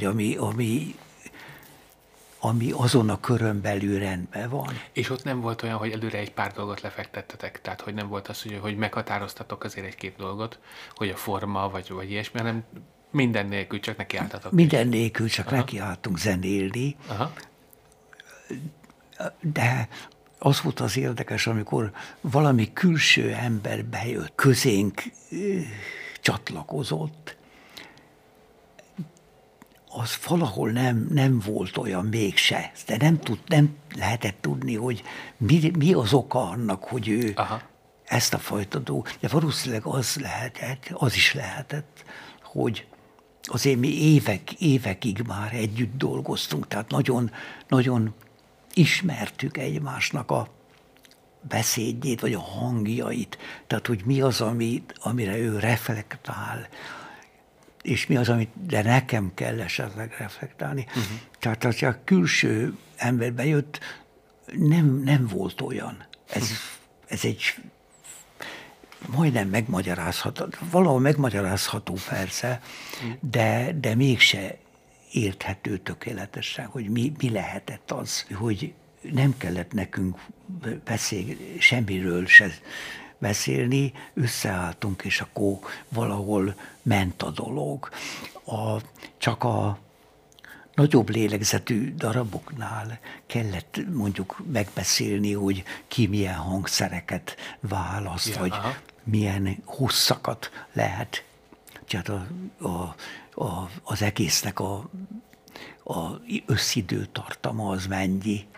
ami azon a körön belül rendben van. És ott nem volt olyan, hogy előre egy pár dolgot lefektettetek, tehát hogy nem volt az, hogy meghatároztatok azért egy-két dolgot, hogy a forma, vagy ilyesmi, hanem minden nélkül csak nekiálltatok. Minden nélkül csak nekiálltunk zenélni. Aha. De az volt az érdekes, amikor valami külső ember bejött, közénk csatlakozott, az valahol nem volt olyan mégse, de nem lehetett tudni, hogy mi az oka annak, hogy ő ezt a fajta dolgot, de valószínűleg az is lehetett, hogy azért mi évekig már együtt dolgoztunk, tehát nagyon, nagyon ismertük egymásnak a beszédjét, vagy a hangjait, tehát hogy mi az, amire ő reflektál, és mi az, de nekem kell esetleg reflektálni. Tehát az a külső ember bejött, nem volt olyan. Ez egy majdnem megmagyarázható, valahol megmagyarázható persze, de mégse érthető tökéletesen, hogy mi lehetett az, hogy nem kellett nekünk semmiről se beszélni, összeálltunk, és akkor valahol ment a dolog. Csak nagyobb lélegzetű daraboknál kellett mondjuk megbeszélni, hogy ki milyen hangszereket választ, vagy milyen hosszakat lehet. Tehát az egésznek a összidőtartama az mennyi.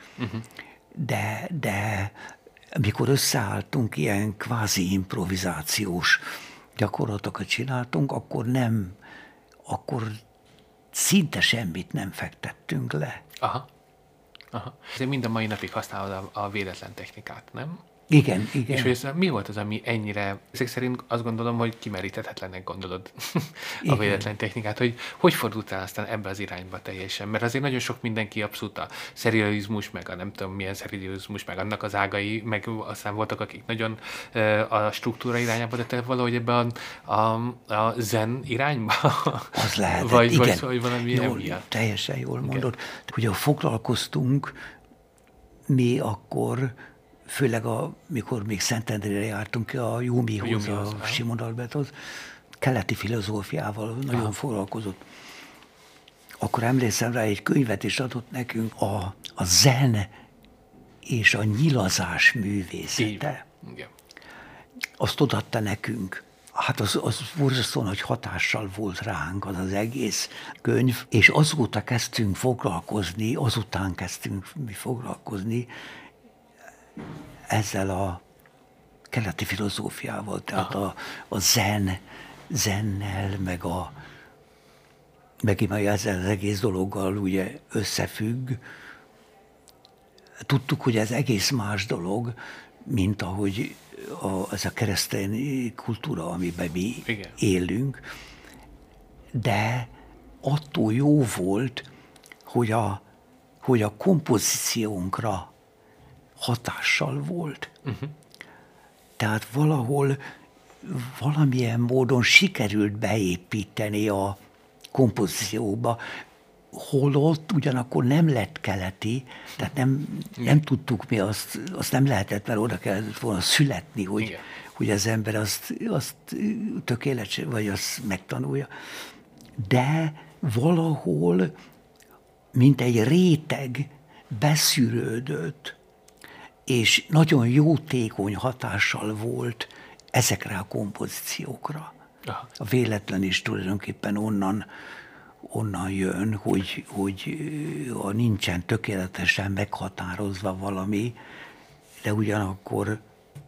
De mikor összeálltunk, ilyen kvázi improvizációs gyakorlatokat csináltunk, akkor szinte semmit nem fektettünk le. Aha. Ezért mind a mai napig használod a véletlen technikát, nem? Igen. És hogy ez, mi volt az, ami ennyire, ezek szerint azt gondolom, hogy kimeríthetetlennek gondolod a véletlen technikát, hogy fordultál aztán ebbe az irányba teljesen? Mert azért nagyon sok mindenki abszolút a szerializmus, meg a nem tudom milyen szerializmus, meg annak az ágai, meg aztán voltak, akik nagyon a struktúra irányába, de te valahogy ebben a zen irányba? Az lehetett, vagy valami emiatt. Teljesen jól mondod. Ugye foglalkoztunk mi akkor, főleg mikor még Szentendrére jártunk a Jumihoz, a Simon Alberthoz, keleti filozófiával nagyon foglalkozott. Akkor emlékszem rá, egy könyvet is adott nekünk, a zen és a nyilazás művészete. Igen. Azt odaadta nekünk. Hát az borzasztóan nagy hatással volt ránk az egész könyv, és azután kezdtünk foglalkozni ezzel a keleti filozófiával, tehát a zennel, meg ezzel az egész dologgal ugye összefügg. Tudtuk, hogy ez egész más dolog, mint ahogy ez a keresztény kultúra, amiben mi élünk, de attól jó volt, hogy a kompozíciónkra hatással volt. Tehát valamilyen módon sikerült beépíteni a kompozícióba, holott ugyanakkor nem lett keleti, tehát nem tudtuk mi azt nem lehetett, mert oda kellett volna születni, hogy az ember azt tökéletes, vagy azt megtanulja. De valahol, mint egy réteg beszűrődött, és nagyon jótékony hatással volt ezekre a kompozíciókra. Aha. A véletlen is tulajdonképpen onnan jön, hogy nincsen tökéletesen meghatározva valami, de ugyanakkor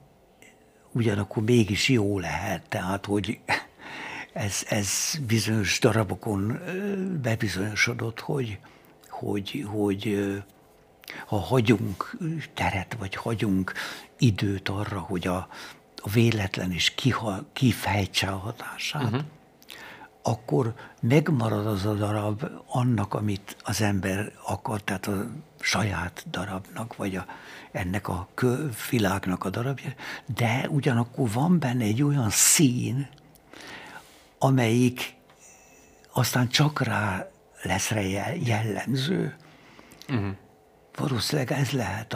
mégis jó lehet. Tehát, hogy ez bizonyos darabokon bebizonyosodott, hogy ha hagyunk teret, vagy hagyunk időt arra, hogy a véletlen is kifejtse a hatását, akkor megmarad az a darab annak, amit az ember akar, tehát a saját darabnak, vagy ennek a világnak a darabja, de ugyanakkor van benne egy olyan szín, amelyik aztán csak rá lesz jellemző. Valószínűleg ez lehet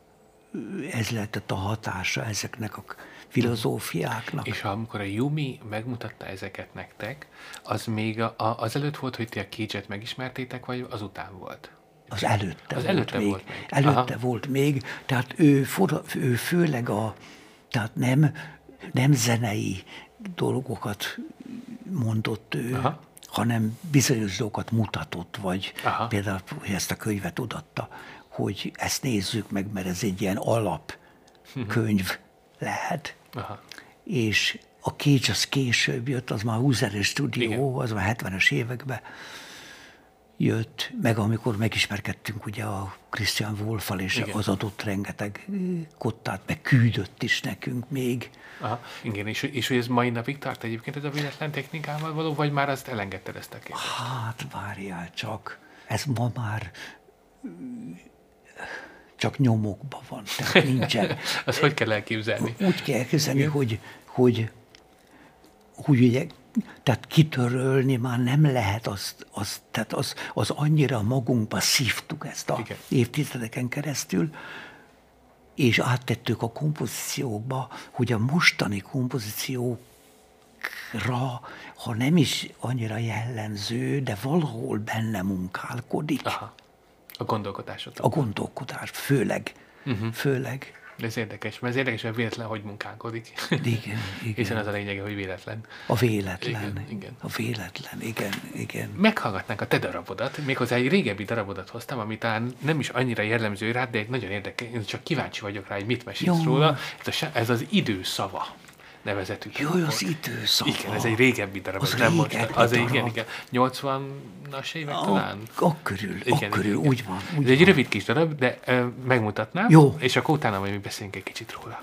a hatása ezeknek a filozófiáknak. És amikor a Jumi megmutatta ezeket nektek, az még azelőtt volt, hogy ti a Cage-et megismertétek, vagy azután volt? Az előtte volt még. Előtte volt még, tehát ő főleg tehát nem zenei dolgokat mondott ő, hanem bizonyos dolgokat mutatott, vagy például, hogy ezt a könyvet odatta, hogy ezt nézzük meg, mert ez egy ilyen alapkönyv lehet. És a Cage az később jött, az már Husserl stúdió, az már 70-es években jött, meg amikor megismerkedtünk ugye a Christian Wolffal, és az adott rengeteg kottát, meg küldött is nekünk még. Igen, és hogy ez mai napig tart egyébként ez a véletlen technikával való, vagy már azt elengedted ezt a kérdést? Hát várjál csak, ez ma már csak nyomokban van, tehát nincsen. Azt hogy kell elképzelni? Úgy kell elképzelni, hogy ugye, tehát kitörölni már nem lehet, tehát az annyira magunkba szívtuk ezt a évtizedeken keresztül, és áttettük a kompozíciókba, hogy a mostani kompozíciók ha nem is annyira jellemző, de valahol benne munkálkodik. Aha. A gondolkodásod. A gondolkodás, főleg. Főleg. De ez érdekes, mert ez érdekes, hogy véletlen, hogy munkálkodik. Igen. Hiszen az a lényege, hogy véletlen. A véletlen. Igen. A véletlen, igen. Meghallgatnánk a te darabodat, méghozzá egy régebbi darabodat hoztam, ami talán nem is annyira jellemző rád, de egy nagyon érdekes, én csak kíváncsi vagyok rá, hogy mit mesélsz róla. Ez az Idő szava nevezetű. Jó, az Időszava. Igen, ez egy régebbi darab. Az nem régebbi most. Az darab. igen. 80-as évek talán? Akkörül, úgy van. Ez egy rövid kis darab, de megmutatnám, Jó. És akkor utána majd mi beszélünk egy kicsit róla.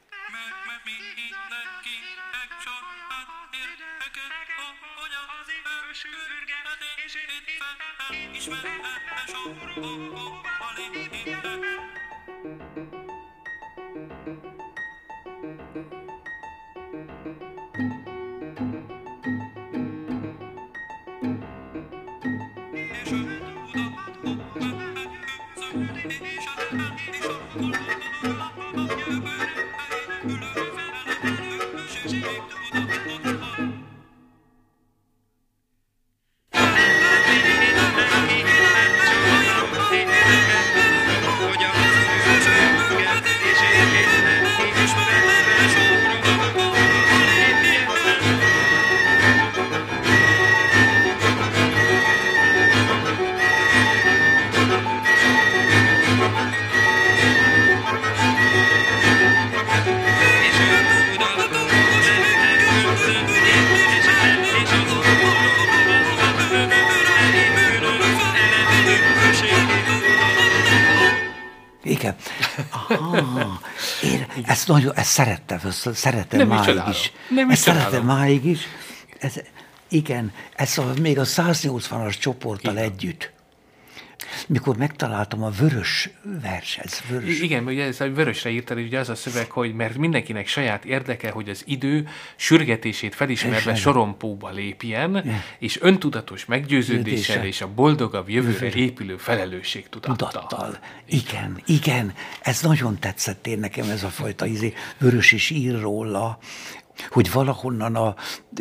Igen. Aha. Én ezt szeretem máig is. Ezt szeretem máig is. Igen, még a 180-as csoporttal együtt. Mikor megtaláltam a vörös vers, vörös. Igen, ugye ez a vörösre írtad, ugye az a szöveg, hogy mert mindenkinek saját érdeke, hogy az idő sürgetését felismerve sorompóba lépjen, és öntudatos meggyőződéssel és a boldogabb jövőre épülő felelősségtudattal. Igen, ez nagyon tetszett én nekem, ez a fajta Vörös is ír róla, hogy valahonnan a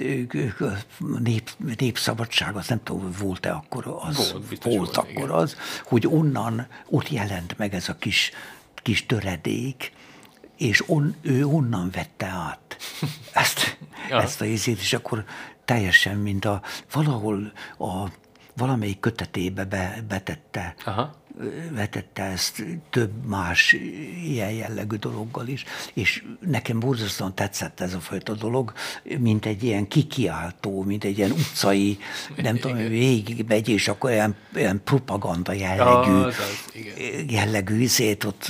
népszabadság, az nem tudom, volt-e akkor az, volt akkor az, hogy onnan, ott jelent meg ez a kis töredék, és ő onnan vette át ezt a ízét, és akkor teljesen, mint valahol valamelyik kötetébe vetette ezt több más ilyen jellegű dologgal is, és nekem borzasztóan tetszett ez a fajta dolog, mint egy ilyen kikiáltó, mint egy ilyen utcai, nem tudom, végigmegy, és akkor ilyen propaganda jellegű izét ott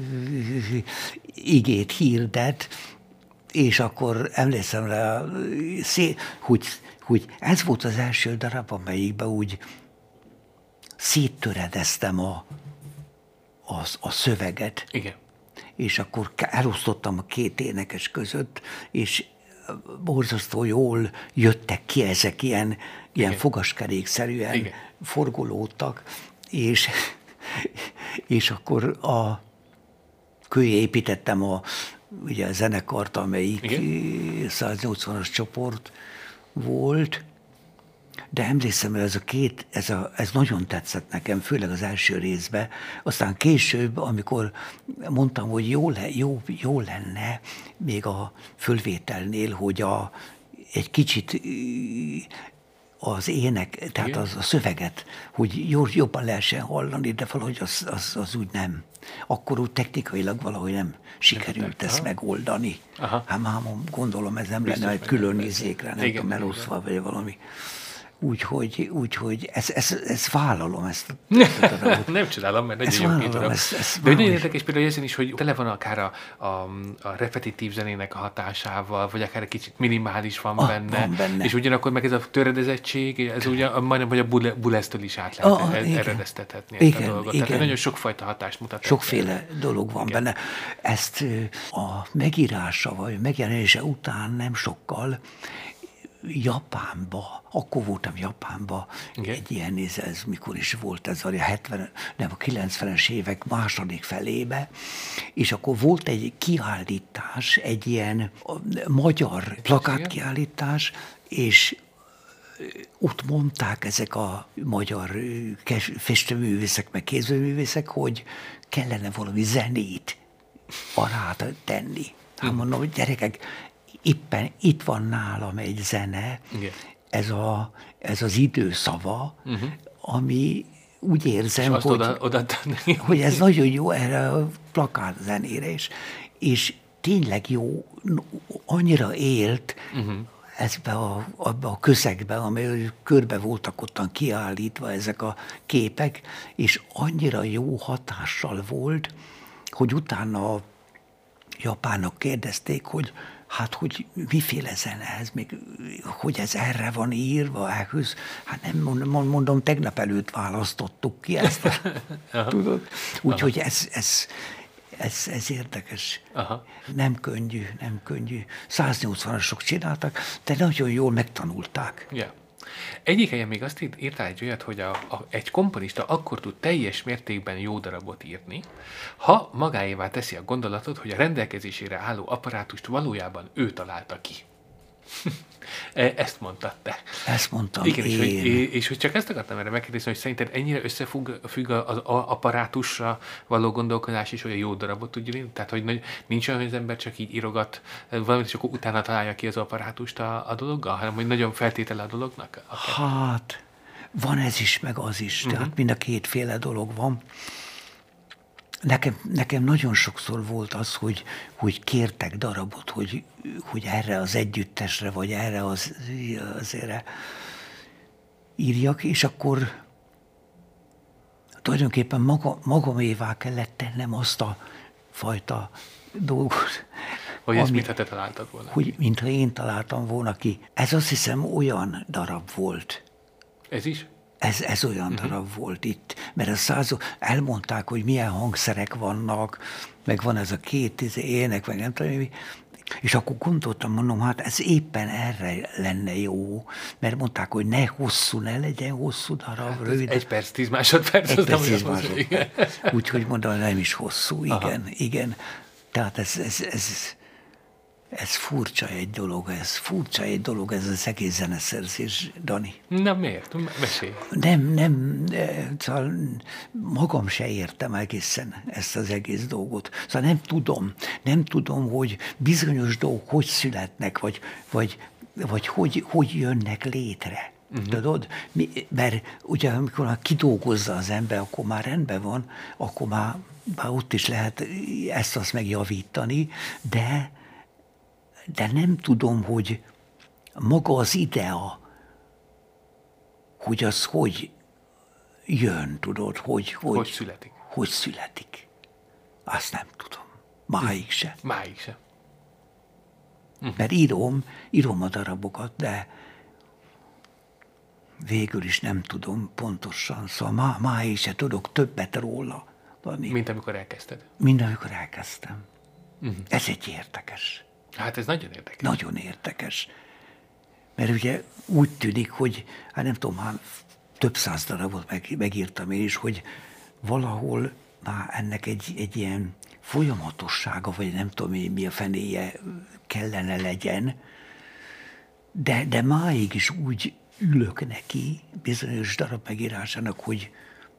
igét hirdet, és akkor emlékszem rá, hogy ez volt az első darab, amelyikben úgy széttöredeztem a szöveget. Igen. És akkor elosztottam a két énekes között, és borzasztó jól jöttek ki ezek ilyen fogaskerékszerűen forgolódtak, és akkor köré építettem ugye a zenekart, amelyik 180-as csoport volt, de emlékszem, hogy ez nagyon tetszett nekem, főleg az első részben. Aztán később, amikor mondtam, hogy jó lenne még a fölvételnél, hogy egy kicsit az ének, tehát a szöveget, hogy jobban lehessen hallani, de valahogy az úgy nem. Akkor úgy technikailag valahogy nem sikerült ezt megoldani. Hát már gondolom, ez nem lenne egy külön izékre, nem tudom, elosztva vagy valami. Úgyhogy ezt vállalom, ezt nem csodálom, mert nagyon jó darab. De nagyon érdekes például ezen is, hogy tele van akár a repetitív zenének a hatásával, vagy akár egy kicsit minimális van benne. És ugyanakkor meg ez a töredezettség, ez ugye majdnem, hogy a bulesztől is át lehet eredeztethetni ezt a dolgot. Tehát nagyon sokfajta hatást mutat. Sokféle dolog van benne. Ezt a megírása, vagy megjelenése után nem sokkal Japánba, akkor voltam Japánba, egy ilyen, ez mikor is volt, ez a 90-es évek második felébe, és akkor volt egy kiállítás, egy ilyen magyar plakátkiállítás, és ott mondták ezek a magyar festőművészek, meg kézművészek, hogy kellene valami zenét alá tenni. Hát mondom, hogy gyerekek, éppen itt van nálam egy zene, ez az időszava, ami úgy érzem, hogy ez nagyon jó erre a plakát zenére is. És tényleg jó, annyira élt abba a közegben, amely körbe voltak ottan kiállítva ezek a képek, és annyira jó hatással volt, hogy utána a japánok kérdezték, hogy hát, hogy miféle zene ez, még, hogy ez erre van írva, ehhez. Hát nem mondom, tegnap előtt választottuk ki ezt. Tudod? Úgyhogy ez érdekes. Aha. Nem könnyű. 180-asok csináltak, de nagyon jól megtanulták. Yeah. Egyik helyen még azt írtál egy olyat, hogy egy komponista akkor tud teljes mértékben jó darabot írni, ha magáévá teszi a gondolatot, hogy a rendelkezésére álló apparátust valójában ő találta ki. Ezt mondtad te. Ezt mondtam igen, én. És hogy csak ezt akartam erre megkérdezni, hogy szerinted ennyire összefügg az apparátusra való gondolkodás is, hogy a jó darabot tudja írni? Tehát, hogy nincs olyan, hogy az ember csak így írogat valamit, és akkor utána találja ki az apparátust a dologgal, hanem hogy nagyon feltétele a dolognak? Hát, van ez is, meg az is. Tehát mind a kétféle dolog van. Nekem nagyon sokszor volt az, hogy kértek darabot, hogy erre az együttesre, vagy erre azért írjak, és akkor tulajdonképpen magamévá kellett tennem azt a fajta dolgot. Hogy ezt mintha te találtad volna. Hogy mintha én találtam volna ki. Ez azt hiszem olyan darab volt. Ez is? Ez olyan darab volt itt, mert elmondták, hogy milyen hangszerek vannak, meg van ez a két ének, meg nem tudom mi, és akkor gondoltam, mondom, hát ez éppen erre lenne jó, mert mondták, hogy ne legyen hosszú darab, hát rövid. 1 perc, 10 másodperc. 1 perc, 10 másodperc. Úgyhogy mondom, nem is hosszú, igen. Tehát ez furcsa egy dolog, ez az egész zeneszerzés, Dani. Na miért? Mesélj. Szóval magam se értem egészen ezt az egész dolgot. Szóval nem tudom, hogy bizonyos dolgok hogy születnek, vagy hogy jönnek létre. Tudod? Mert ugye amikor kidolgozza az ember, akkor már rendben van, akkor már ott is lehet ezt-azt megjavítani, de nem tudom, hogy maga az idea, hogy az hogy jön, tudod, hogy születik. Hogy születik. Azt nem tudom. Máig se. Mert írom a darabokat, de végül is nem tudom pontosan. Szóval máig se tudok többet róla. Mint amikor elkezdted. Ez egy érdekes. Hát ez nagyon érdekes. Nagyon érdekes. Mert ugye úgy tűnik, hogy, hát nem tudom, már több száz darabot megírtam én is, hogy valahol már ennek egy ilyen folyamatossága, vagy nem tudom, mi a fenéje kellene legyen, de máig is úgy ülök neki bizonyos darab megírásának, hogy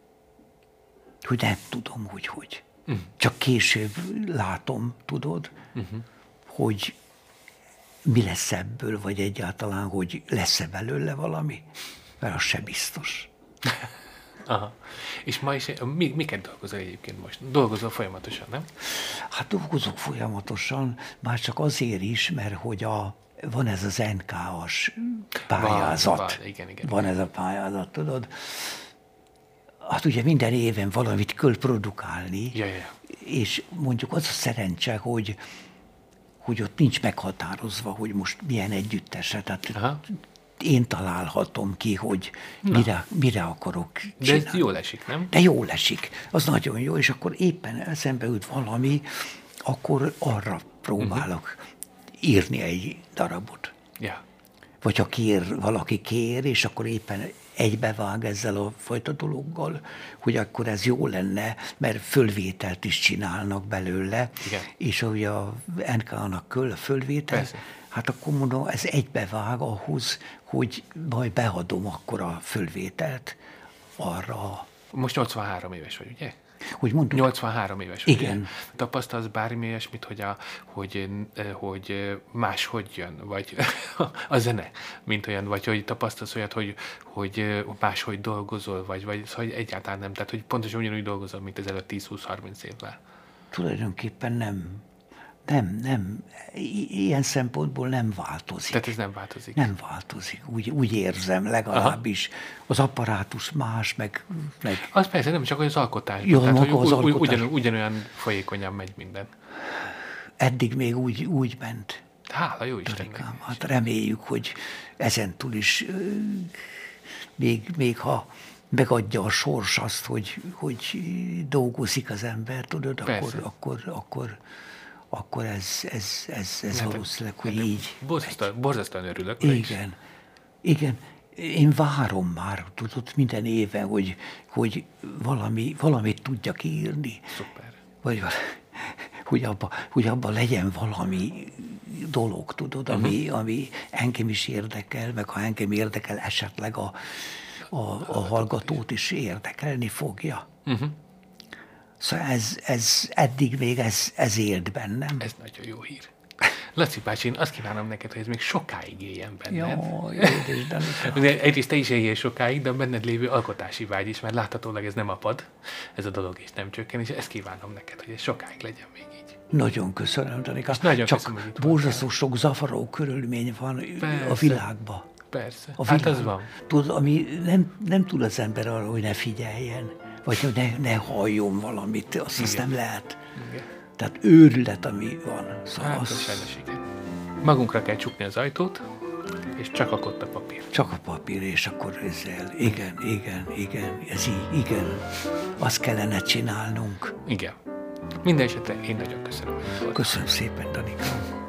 nem tudom, hogy. Csak később látom, tudod, hogy mi lesz ebből, vagy egyáltalán, hogy lesz-e belőle valami, mert az se biztos. Aha. És ma is, miket dolgozol egyébként most? Dolgozol folyamatosan, nem? Hát dolgozok folyamatosan, már csak azért is, mert hogy van ez az NK-as pályázat. Van ez a pályázat, tudod? Hát ugye minden éven valamit kell produkálni, és mondjuk az a szerencse, hogy ott nincs meghatározva, hogy most milyen együttesre. Tehát én találhatom ki, hogy mire akarok csinálni. De ez jól esik, nem? De jól esik. Az nagyon jó, és akkor éppen eszembe jut valami, akkor arra próbálok írni egy darabot. Ja. vagy ha valaki kér, és akkor éppen egybevág ezzel a fajta dologgal, hogy akkor ez jó lenne, mert fölvételt is csinálnak belőle, igen. És ahogy a NK-nak kell a fölvétel, persze. Hát akkor mondom, ez egybevág ahhoz, hogy majd beadom akkor a fölvételt arra. Most 83 éves vagy, ugye? Hogy mondjuk? 83 éves vagy. Igen. Ugye? Tapasztalsz bármi ilyesmit, hogy máshogy jön, vagy a zene, mint olyan, vagy hogy tapasztalsz olyat, hogy máshogy dolgozol, vagy hogy egyáltalán nem, tehát hogy pontosan ugyanúgy dolgozol, mint ezelőtt 10-20-30 évvel. Tulajdonképpen nem. Ilyen szempontból nem változik. Tehát ez nem változik? Nem változik. Úgy érzem legalábbis. Aha. Az apparátus más, meg... Az persze, nem csak az alkotás. Ja, tehát, hogy az alkotás. Ugyanolyan folyékonyan megy minden. Eddig még úgy ment. Hála jó Istennek. Hát reméljük, hogy ezentúl is még ha megadja a sors azt, hogy dolgozik az ember, tudod, akkor ez valószínűleg, hogy így... Borzasztóan örülök. Igen. Én várom már, tudod, minden éven, hogy valamit tudjak írni. Szuper. Vagy hogy abban legyen valami dolog, tudod, ami engem is érdekel, meg ha engem érdekel, esetleg a hallgatót is érdekelni fogja. Szóval ez eddig még ez élt bennem. Ez nagyon jó hír. Laci bácsi, én azt kívánom neked, hogy ez még sokáig éljen benned. Jó, egyrészt te is éljél sokáig, de a benned lévő alkotási vágy is, mert láthatólag ez nem apad, ez a dolog is nem csökken, és ezt kívánom neked, hogy ez sokáig legyen még így. Nagyon köszönöm, Danika. Csak borzasztó sok zavaró körülmény van a világban. Persze, hát az van. Tudod, ami nem tud az ember arra, hogy ne figyeljen, vagy hogy ne halljon valamit, azt nem lehet. Igen. Tehát őrület, ami van. Szóval hát, sajnos igen. Magunkra kell csukni az ajtót, és csak akkor a papír. Csak a papír, és akkor ezzel. Igen, ez így, igen. Azt kellene csinálnunk. Igen. Minden esetre én nagyon köszönöm. Köszönöm szépen, Danika.